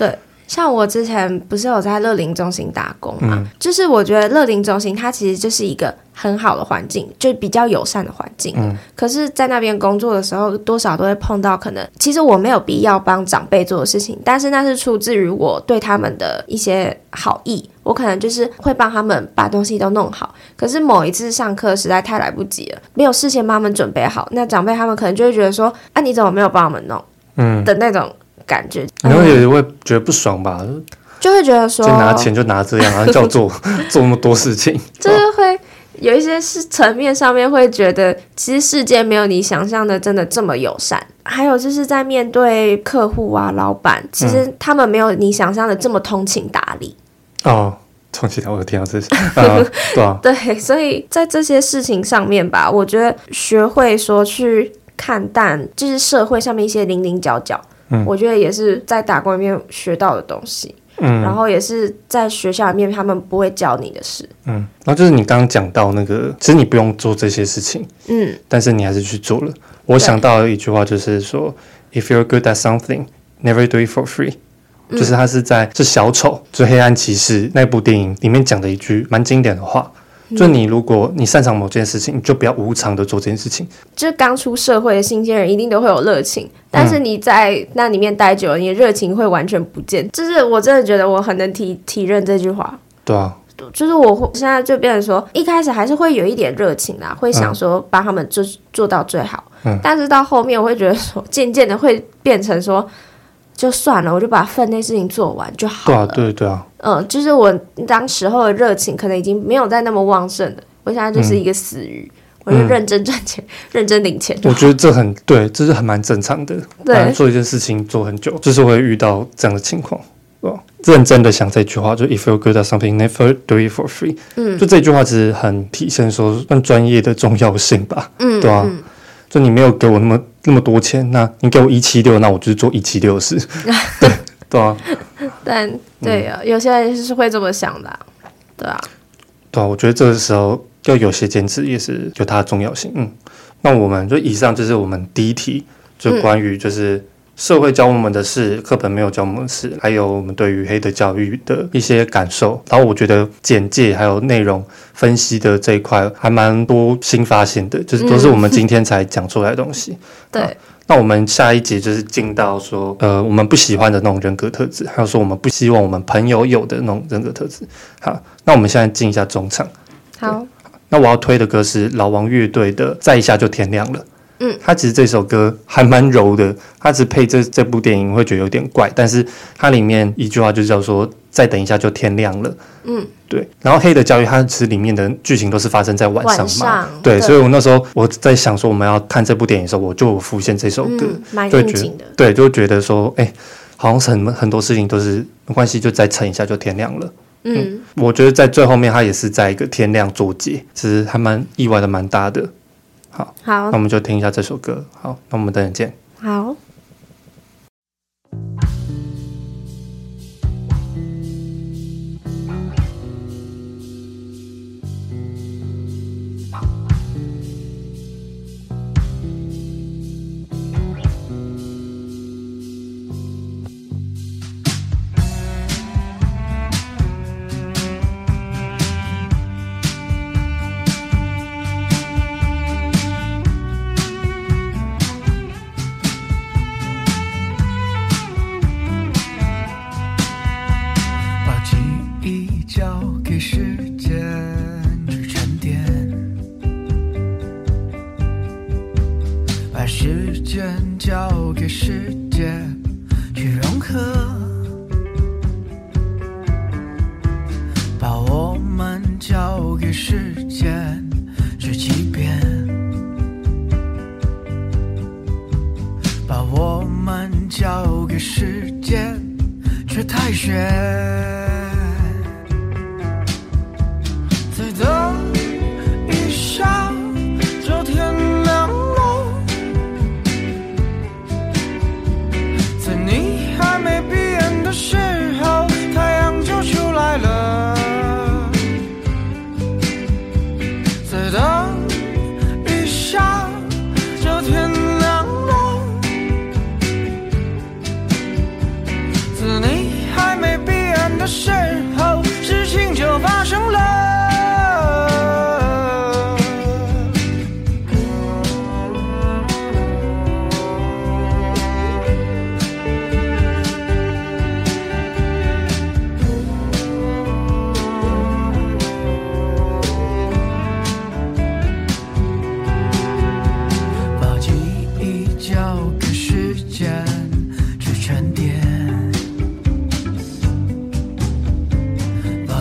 像我之前不是有在乐龄中心打工嘛、 嗯， 就是我觉得乐龄中心它其实就是一个很好的环境，就比较友善的环境、 嗯、 可是在那边工作的时候多少都会碰到可能其实我没有必要帮长辈做的事情，但是那是出自于我对他们的一些好意，我可能就是会帮他们把东西都弄好，可是某一次上课实在太来不及了，没有事先帮他们准备好，那长辈他们可能就会觉得说啊你怎么没有帮我们弄、嗯、的那种感觉， 然后也会觉得不爽吧， 就会觉得说就拿钱就拿这样，然后叫我做做那么多事情， 就是会有一些是层面上面会觉得其实世界没有你想象的真的这么友善，还有就是在面对客户啊老板，其实他们没有你想象的这么通情达理、 嗯、哦，通情达理我听到这些、呃、对啊对，所以在这些事情上面吧，我觉得学会说去看淡就是社会上面一些零零角角、嗯、我觉得也是在打工里面学到的东西，嗯，然后也是在学校里面他们不会教你的事， 嗯，然后就是你刚刚讲到那个，其实你不用做这些事情，嗯，但是你还是去做了。我想到一句话就是说 ，If you're good at something, never do it for free、嗯。就是他是在这小丑，就黑暗骑士那部电影里面讲的一句蛮经典的话。就你如果你擅长某件事情，你就不要无偿的做这件事情。 就刚出社会的新鲜人一定都会有热情，但是你在那里面待久了，你的热情会完全不见。就是我真的觉得我很能体体认这句话。 对啊， 就是我现在就变成说，一开始还是会有一点热情啦，会想说帮他们做做到最好、嗯，但是到后面我会觉得说，渐渐的会变成说。就算了，我就把分内事情做完就好了。 对啊，对对啊。 嗯，就是我当时候的热情可能已经没有再那么旺盛了。我现在就是一个死鱼，嗯、我就认真赚钱、嗯，认真领钱就好。 我觉得这很对，这是很蛮正常的。 对， 做一件事情做很久，就是会遇到这样的情况。认真的想这句话，就 If you're good at something, never do it for free。嗯，就这句话其实很体现说算专业的重要性吧。嗯，对啊。嗯，就你没有给我那么那么多钱，那你给我一七六，那我就是做一七六的事。对对啊， 但对啊、嗯，有些人是会这么想的、啊，对啊， 对啊，我觉得这个时候要有些坚持也是有它的重要性。嗯，那我们就以上就是我们第一题，就关于就是社会教我们的事，课本没有教我们的事，还有我们对于黑的教育的一些感受。然后我觉得简介还有内容分析的这一块还蛮多新发现的，就是都是我们今天才讲出来的东西。嗯、对。那我们下一集就是进到说，呃，我们不喜欢的那种人格特质，还有说我们不希望我们朋友有的那种人格特质。好，那我们现在进一下中场。 好。 那我要推的歌是老王乐队的《再一下就天亮了》。嗯，他其实这首歌还蛮柔的，他只配这这部电影会觉得有点怪，但是它里面一句话就叫说再等一下就天亮了。嗯，对。然后黑的教育它其实里面的剧情都是发生在晚上嘛，晚上对，所以我那时候我在想说我们要看这部电影的时候，我就有浮现这首歌， 蛮应景的， 对，就觉得说哎、欸，好像是很很多事情都是没关系，就再撑一下就天亮了。嗯, 嗯，我觉得在最后面他也是在一个天亮作结，其实还蛮意外的，蛮大的。好，好，那我们就听一下这首歌。好，那我们等等见。 好。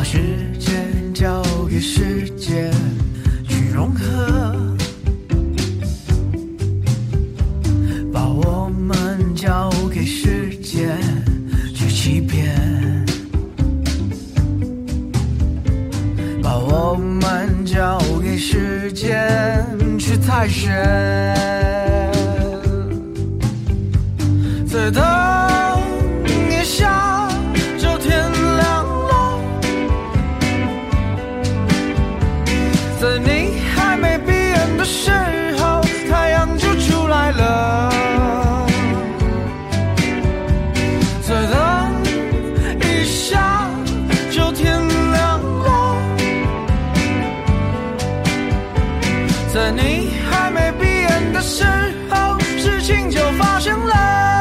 时间交给时间去融合，把我们交给时间去欺骗，把我们交给时间去猜拳，再等一下就天亮了，在你还没闭眼的时候太阳就出来了，再等一下就天亮了，在你还没闭眼的时候事情就发生了。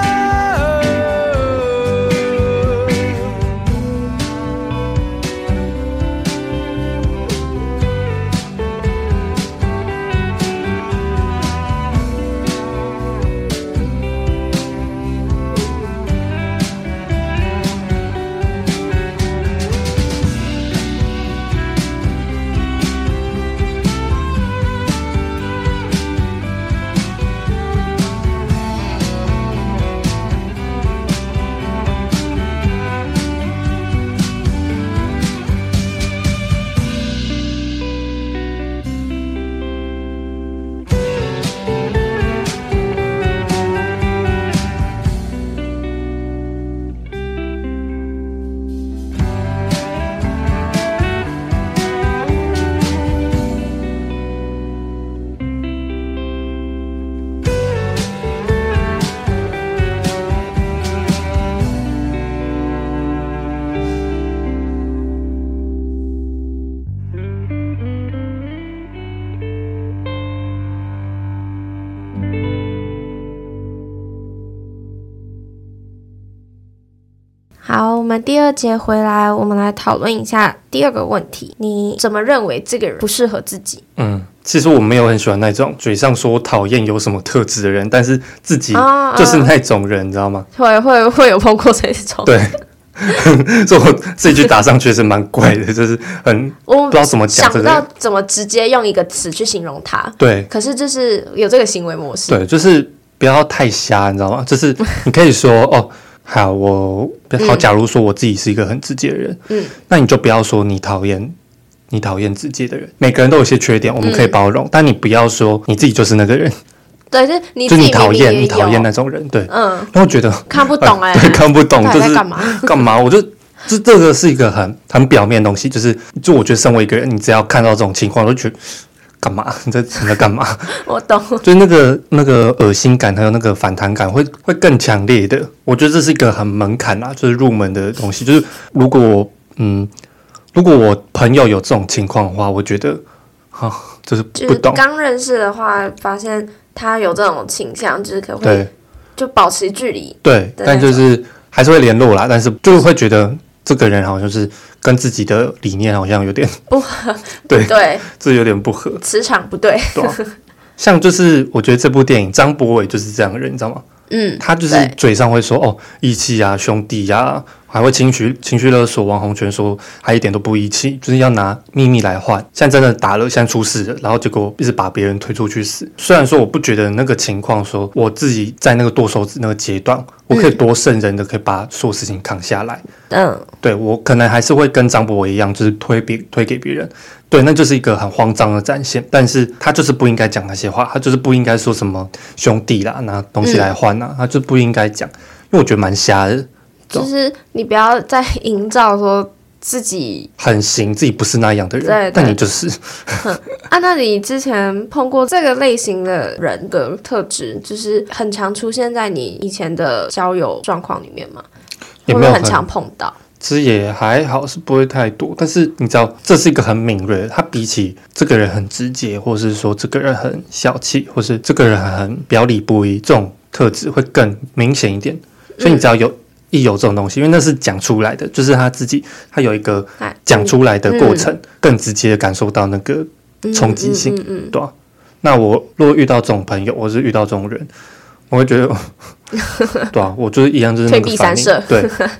好，我们第二节回来，我们来讨论一下第二个问题，你怎么认为这个人不适合自己？ 嗯，其实我没有很喜欢那种嘴上说讨厌有什么特质的人，但是自己就是那种人，啊啊、你知道吗？ 会会会有碰过这种。 对，所以我这句打上去是蛮怪的，就是很我不知道怎么讲， 想不到怎么直接用一个词去形容他。 对， 可是就是有这个行为模式。 对，就是不要太瞎，你知道吗？就是你可以说哦。好，我好。假如说我自己是一个很直接的人，嗯，那你就不要说你讨厌你讨厌直接的人。每个人都有些缺点，我们可以包容，嗯、但你不要说你自己就是那个人。 对，就是你自己讨厌你讨厌那种人，对，嗯。然后觉得看不懂哎、 欸呃，对，看不懂，就是干嘛干嘛？我就这这个是一个很很表面的东西，就是就我觉得身为一个人，你只要看到这种情况，我就觉得。干嘛？你在你在干嘛？ 我懂， 就是那个那个恶心感，还有那个反弹感会会更强烈的。我觉得这是一个很门槛啊，就是入门的东西。就是如果我嗯，如果我朋友有这种情况的话，我觉得啊，就是不懂。 刚认识的话，发现他有这种倾向，就是可能会就保持距离。 对，但就是还是会联络啦，但是就会觉得这个人好像就是跟自己的理念好像有点不合。 对对， 这有点不合， 磁场不对。 对、啊，像就是我觉得这部电影张博伟就是这样的人，你知道吗？嗯，他就是嘴上会说哦义气啊兄弟啊，还会情绪情绪勒索王洪权说他一点都不义气，就是要拿秘密来换。现在真的打了，现在出事了，然后结果一直把别人推出去死。虽然说我不觉得那个情况说我自己在那个剁手指那个阶段，我可以多圣人的可以把所有事情扛下来。嗯，对，我可能还是会跟张博伟一样，就是推别推给别人。对，那就是一个很慌张的展现，但是他就是不应该讲那些话，他就是不应该说什么兄弟啦，拿东西来换啊，嗯、他就不应该讲，因为我觉得蛮瞎的。 就是你不要再营造说自己很行，自己不是那样的人， 对对但你就是。 啊，那你之前碰过这个类型的人的特质，就是很常出现在你以前的交友状况里面吗？ 也没有很常碰到。 其实也还好，是不会太多。但是你知道，这是一个很敏锐的，他比起这个人很直接，或是说这个人很小气，或是这个人很表里不一，这种特质会更明显一点。所以你只要有、嗯、一有这种东西，因为那是讲出来的，就是他自己他有一个讲出来的过程，嗯、更直接的感受到那个冲击性，嗯嗯嗯嗯对吧、啊？那我如果遇到这种朋友，或是遇到这种人，我会觉得，对啊，我就是一样，就是那个退避三舍， 对。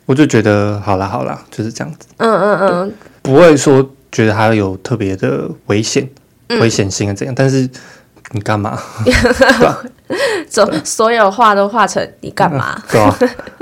我就觉得好啦好啦，就是这样子。 嗯嗯嗯， 不会说觉得它有特别的危险、危险性啊怎样，但是你干嘛？对吧？ 所所有话都化成你干嘛？ 嗯、对啊，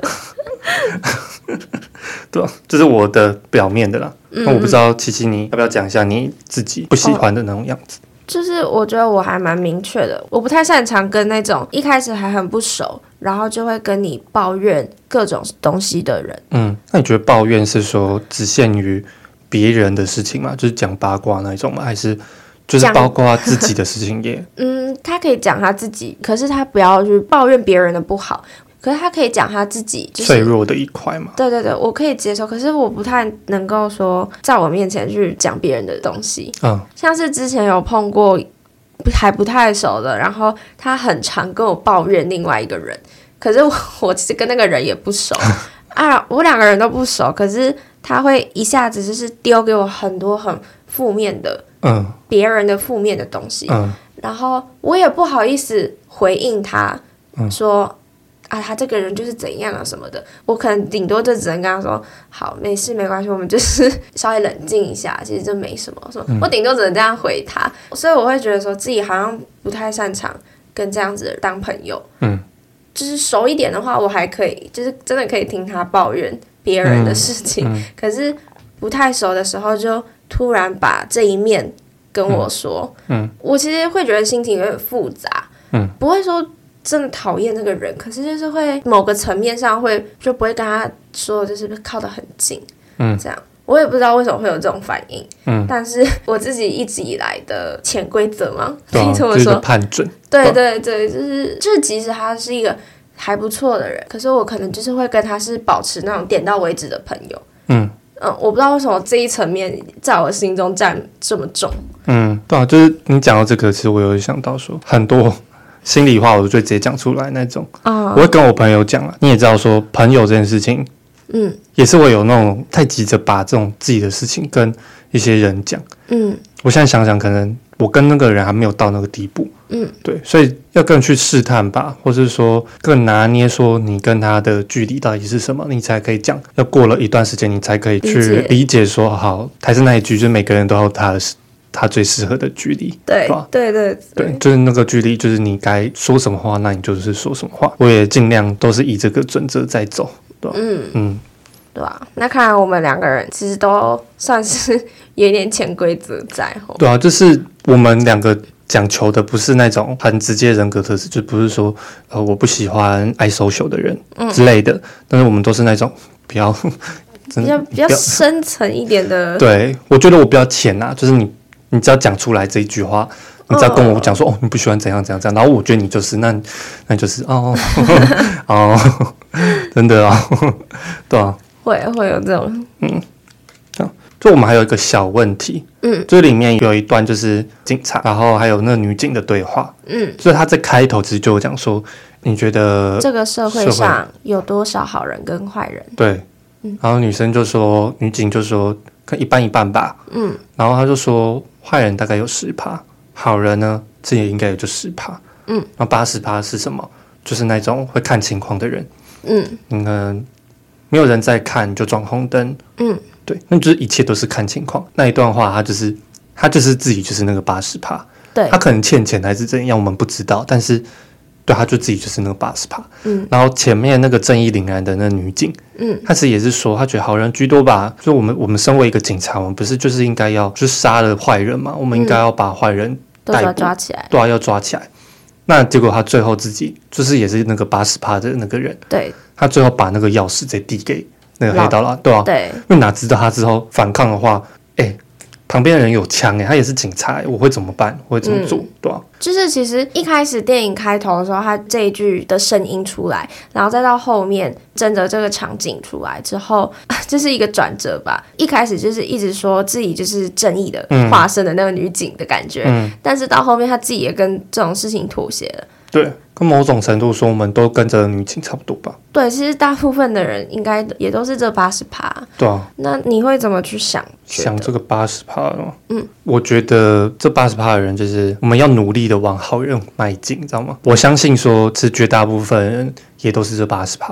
对啊，这是我的表面的啦。那、嗯、我不知道琪琪你要不要讲一下你自己不喜欢的那种样子？哦， 就是我觉得我还蛮明确的，我不太擅长跟那种一开始还很不熟，然后就会跟你抱怨各种东西的人。 嗯，那你觉得抱怨是说只限于别人的事情吗？就是讲八卦那一种吗？还是就是包括自己的事情也？ 嗯，他可以讲他自己，可是他不要去抱怨别人的不好。可是他可以讲他自己、就是、 脆弱的一块嘛？ 对对对，我可以接受。可是我不太能够说在我面前去讲别人的东西。嗯，像是之前有碰过还不太熟的，然后他很常跟我抱怨另外一个人，可是 我, 我其实跟那个人也不熟啊，我两个人都不熟，可是他会一下子就是丢给我很多很负面的，嗯，别人的负面的东西，嗯，然后我也不好意思回应他，嗯，说。啊，他这个人就是怎样啊什么的，我可能顶多就只能跟他说，好，没事没关系，我们就是稍微冷静一下，其实这没什么，什么、嗯、我顶多只能这样回他，所以我会觉得说自己好像不太擅长跟这样子的人当朋友。嗯，就是熟一点的话，我还可以，就是真的可以听他抱怨别人的事情，嗯嗯、可是不太熟的时候，就突然把这一面跟我说，嗯，嗯我其实会觉得心情有点复杂，嗯，不会说。真的讨厌这个人，可是就是会某个层面上会就不会跟他说，就是靠得很近，嗯，这样我也不知道为什么会有这种反应，嗯，但是我自己一直以来的潜规则嘛，可以这么说， 就是判准， 对对对，就是就是即使他是一个还不错的人，可是我可能就是会跟他是保持那种点到为止的朋友，嗯嗯，我不知道为什么这一层面在我心中占这么重， 嗯，对啊，就是你讲到这个，其实我有想到说很多。心里话我就直接讲出来那种， oh. 我会跟我朋友讲啦。你也知道说朋友这件事情，嗯，也是会有那种太急着把这种自己的事情跟一些人讲，嗯，我现在想想，可能我跟那个人还没有到那个地步，嗯，对，所以要更去试探吧，或是说更拿捏说你跟他的距离到底是什么，你才可以讲。要过了一段时间，你才可以去理解说，好，还是那一句，就是每个人都有他的。他最适合的距离， 对吧？对对对, 对，就是那个距离，就是你该说什么话，那你就是说什么话。我也尽量都是以这个准则在走，对吧？嗯嗯， 对吧？那看来我们两个人其实都算是有一点潜规则在， 对啊，就是我们两个讲求的不是那种很直接人格特质，就不是说呃我不喜欢爱 social 的人之类的，嗯、但是我们都是那种比较比较比较深层一点的。 对，我觉得我比较浅啊，就是你。你只要讲出来这一句话，你只要跟我讲说 哦, 哦，你不喜欢怎样怎样怎样，然后我觉得你就是那，那就是哦哦，真的哦，对啊， 会会有这种，嗯， 就我们还有一个小问题，嗯，就里面有一段就是警察，然后还有那个女警的对话，嗯，所以他在开头其实就有讲说，你觉得这个社会上有多少好人跟坏人？ 对，嗯，然后女生就说，女警就说。一半一半吧，嗯，然后他就说坏人大概有十趴，好人呢，这也应该也就十趴，嗯，然后八十趴是什么？就是那种会看情况的人，嗯，嗯，没有人在看就装红灯，嗯，对，那就是一切都是看情况。那一段话他就是他就是自己就是那个八十趴，对，他可能欠钱还是怎样，我们不知道，但是。对，他就自己就是那个八十趴，嗯，然后前面那个正义凛然的那女警，嗯，她是也是说，她觉得好人居多吧，就我们我们身为一个警察，我们不是就是应该要就是杀了坏人嘛，我们应该要把坏人逮捕、 嗯、抓起来， 对啊，要抓起来。那结果他最后自己就是也是那个八十趴的那个人， 对， 他最后把那个钥匙直接递给那个黑道了，对啊， 对， 因为哪知道他之后反抗的话，哎。旁边的人有枪哎，他也是警察，我会怎么办？我会怎么做？嗯、对啊， 就是其实一开始电影开头的时候，他这一句的声音出来，然后再到后面真的这个场景出来之后，这是一个转折吧。一开始就是一直说自己就是正义的化身的那个女警的感觉，嗯、但是到后面他自己也跟这种事情妥协了。 对，跟某种程度说，我们都跟着女警差不多吧。 对，其实大部分的人应该也都是这八十趴。 对啊。 那你会怎么去想？ 想这个八十趴吗？嗯，我觉得这八十趴的人，就是我们要努力的往好人迈进，你知道吗？我相信说，是绝大部分人也都是这八十趴。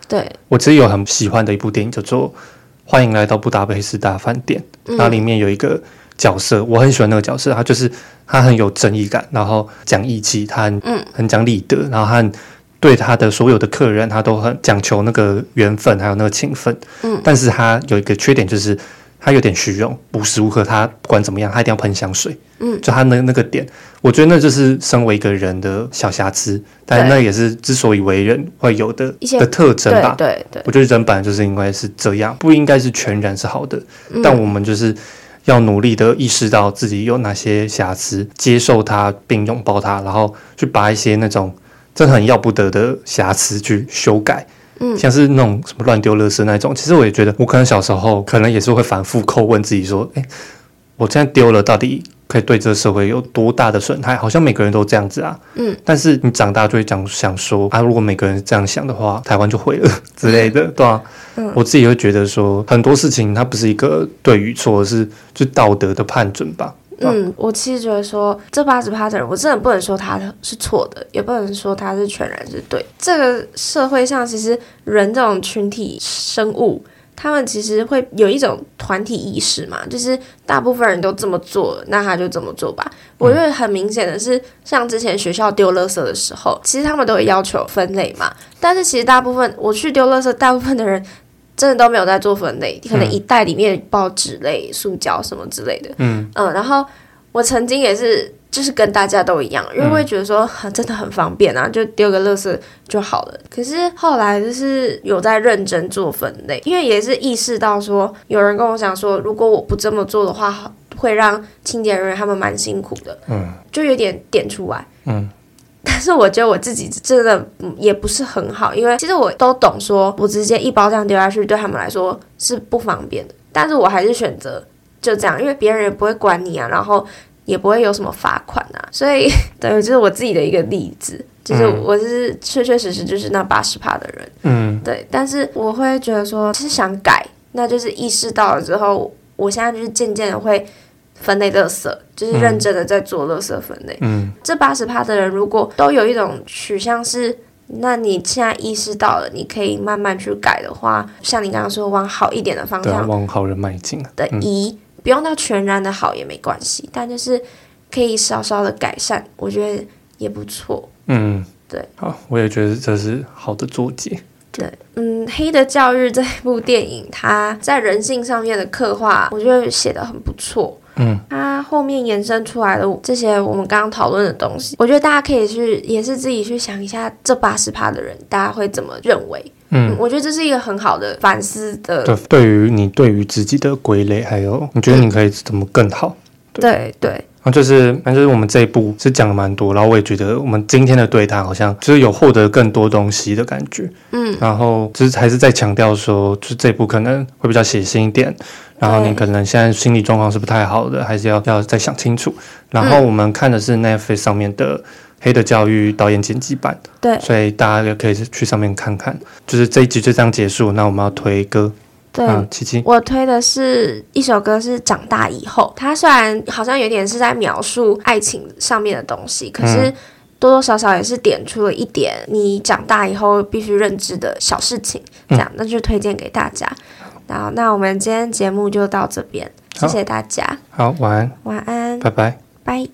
对， 我其实有很喜欢的一部电影叫做《欢迎来到布达佩斯大饭店》，然后里面有一个角色，我很喜欢那个角色，他就是他很有正义感，然后讲义气，他很、嗯、很讲理德，然后他对他的所有的客人，他都很讲求那个缘分，还有那个情分。嗯，但是他有一个缺点，就是他有点虚荣，无时无刻他不管怎么样，他一定要喷香水。嗯，就他那那个点，我觉得那就是身为一个人的小瑕疵，但那也是之所以为人会有的的特征吧。 对对对， 我觉得人本来就是应该是这样，不应该是全然是好的。嗯、但我们就是要努力的意识到自己有哪些瑕疵，接受它并拥抱它，然后去把一些那种真的很要不得的瑕疵去修改。嗯，像是那种什么乱丢垃圾那种，其实我也觉得，我可能小时候可能也是会反复叩问自己说，哎，我现在丢了，到底可以对这个社会有多大的损害？好像每个人都这样子啊。嗯，但是你长大就会讲想说啊，如果每个人这样想的话，台湾就毁了之类的，对啊。嗯，我自己会觉得说，很多事情它不是一个对与错，是就道德的判准吧。 嗯，我其实觉得说这八十趴的人，我真的不能说他是错的，也不能说他是全然是对。这个社会上，其实人这种群体生物，他们其实会有一种团体意识嘛，就是大部分人都这么做了，那他就这么做吧。我觉得很明显的是，像之前学校丢垃圾的时候，其实他们都会要求分类嘛，但是其实大部分我去丢垃圾，大部分的人真的都没有在做分类，可能一袋里面包纸类、塑胶什么之类的。嗯嗯，然后我曾经也是，就是跟大家都一样，因为会觉得说、啊、真的很方便啊，就丢个垃圾就好了。可是后来就是有在认真做分类，因为也是意识到说，有人跟我讲说，如果我不这么做的话，会让清洁人员他们蛮辛苦的。嗯，就有点点出来。嗯。但是我觉得我自己真的也不是很好，因为其实我都懂说我直接一包这样丢下去对他们来说是不方便的，但是我还是选择就这样，因为别人也不会管你啊，然后也不会有什么罚款啊，所以对，就是我自己的一个例子，就是我是确确实实就是那八十趴的人，嗯，对，但是我会觉得说是想改，那就是意识到了之后，我现在就是渐渐的会分类垃圾，就是认真的在做垃圾分类。嗯，这八十趴的人如果都有一种取向是，那你现在意识到了，你可以慢慢去改的话，像你刚刚说往好一点的方向， 对，往好人迈进的移、嗯，不用到全然的好也没关系，但就是可以稍稍的改善，我觉得也不错。嗯，对， 好，我也觉得这是好的作结。 对，嗯，《黑的教育》这部电影，它在人性上面的刻画，我觉得写得很不错。嗯，它后面延伸出来的这些我们刚刚讨论的东西，我觉得大家可以去，也是自己去想一下，这八十趴的人，大家会怎么认为？嗯，嗯我觉得这是一个很好的反思的。 对，对于你对于自己的归类，还有你觉得你可以怎么更好？ 对 对。对然后就是，反正就是我们这一部是讲了蛮多，然后我也觉得我们今天的对谈好像就是有获得更多东西的感觉，嗯，然后就是还是在强调说，就这一部可能会比较血腥一点，然后你可能现在心理状况是不太好的，还是要要再想清楚。然后我们看的是 Netflix 上面的《黑的教育》导演剪辑版， 对， 所以大家也可以去上面看看。就是这一集就这样结束，那我们要推歌。 对、 嗯，琪琪， 我推的是一首歌，是《长大以后》。它虽然好像有点是在描述爱情上面的东西，可是多多少少也是点出了一点你长大以后必须认知的小事情。这样，那就推荐给大家。然后，那我们今天节目就到这边，谢谢大家。 好，晚安。 晚安， 拜拜， 拜。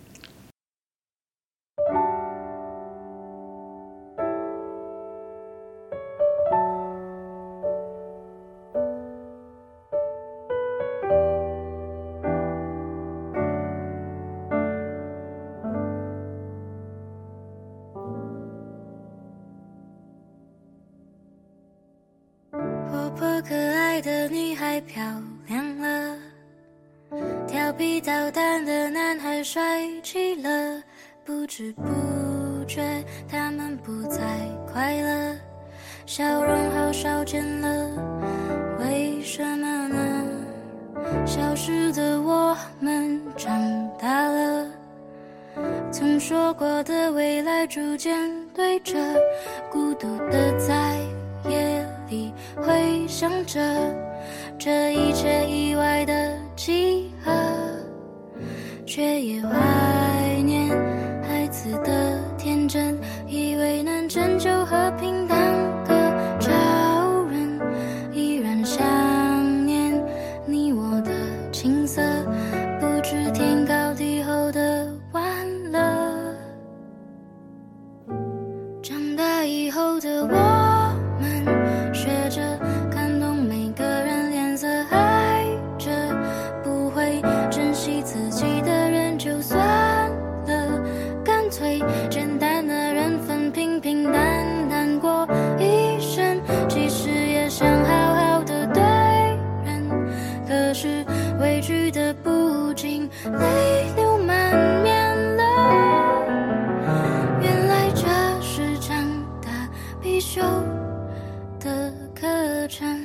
可爱的女孩漂亮了，调皮捣蛋的男孩帅气了，不知不觉他们不再快乐，笑容好少见了，为什么呢？消失的我们长大了，曾说过的未来逐渐对着，孤独的在夜里回想着这一切意外的集合，却也怀念孩子的天真，以为能拯救和平当个家。 委屈的不禁泪流满面了。原来这是长大必修的课程。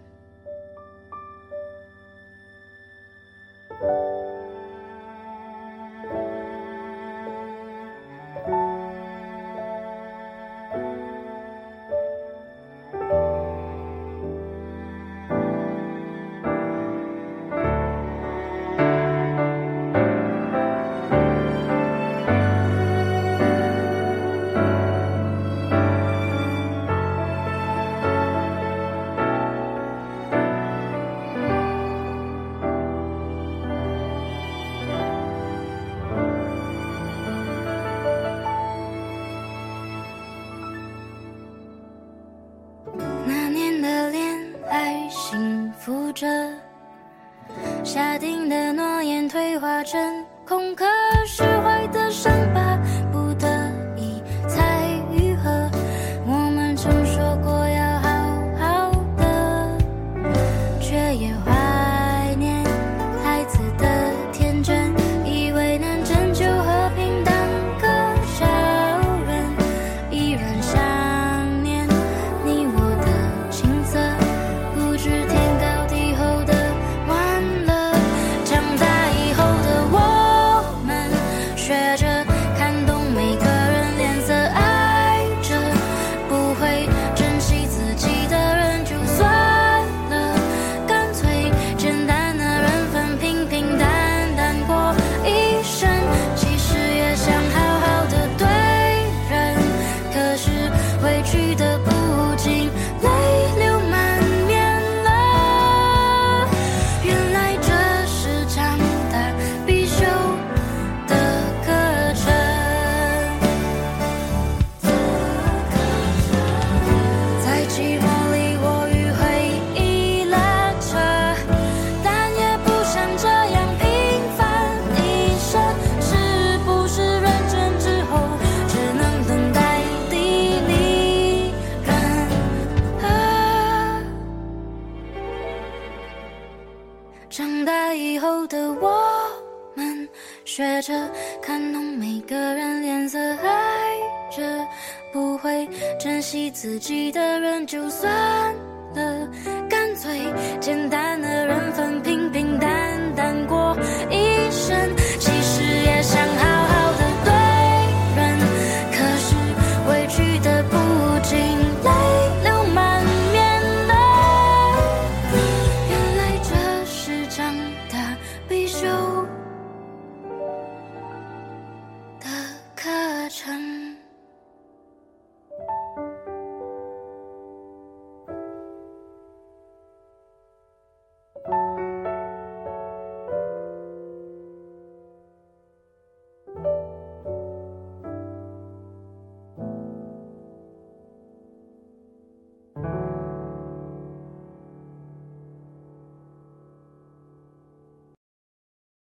那年的恋爱幸福着，下定的诺言退化成空壳，释怀的伤疤不得已才愈合。我们曾说过要好好的，却也怀念孩子的天真，以为能拯救和平当个小人，依然想念你我的青涩，不知天高地厚的完了。长大以后的我们学着看懂每个人脸色，爱着不会珍惜自己的人就算了，干脆简单的人分平平淡淡过一生。其实也想好好的对人，可是委屈的不禁泪流满面了。原来这是长大必修的课程。在寂寞里我与回忆拉扯，但也不想这样平凡一生。是不是认真之后只能等待地利人和？长大以后的我们学着看懂每个人脸色，爱着不会珍惜自己的人就算了，干脆简单的人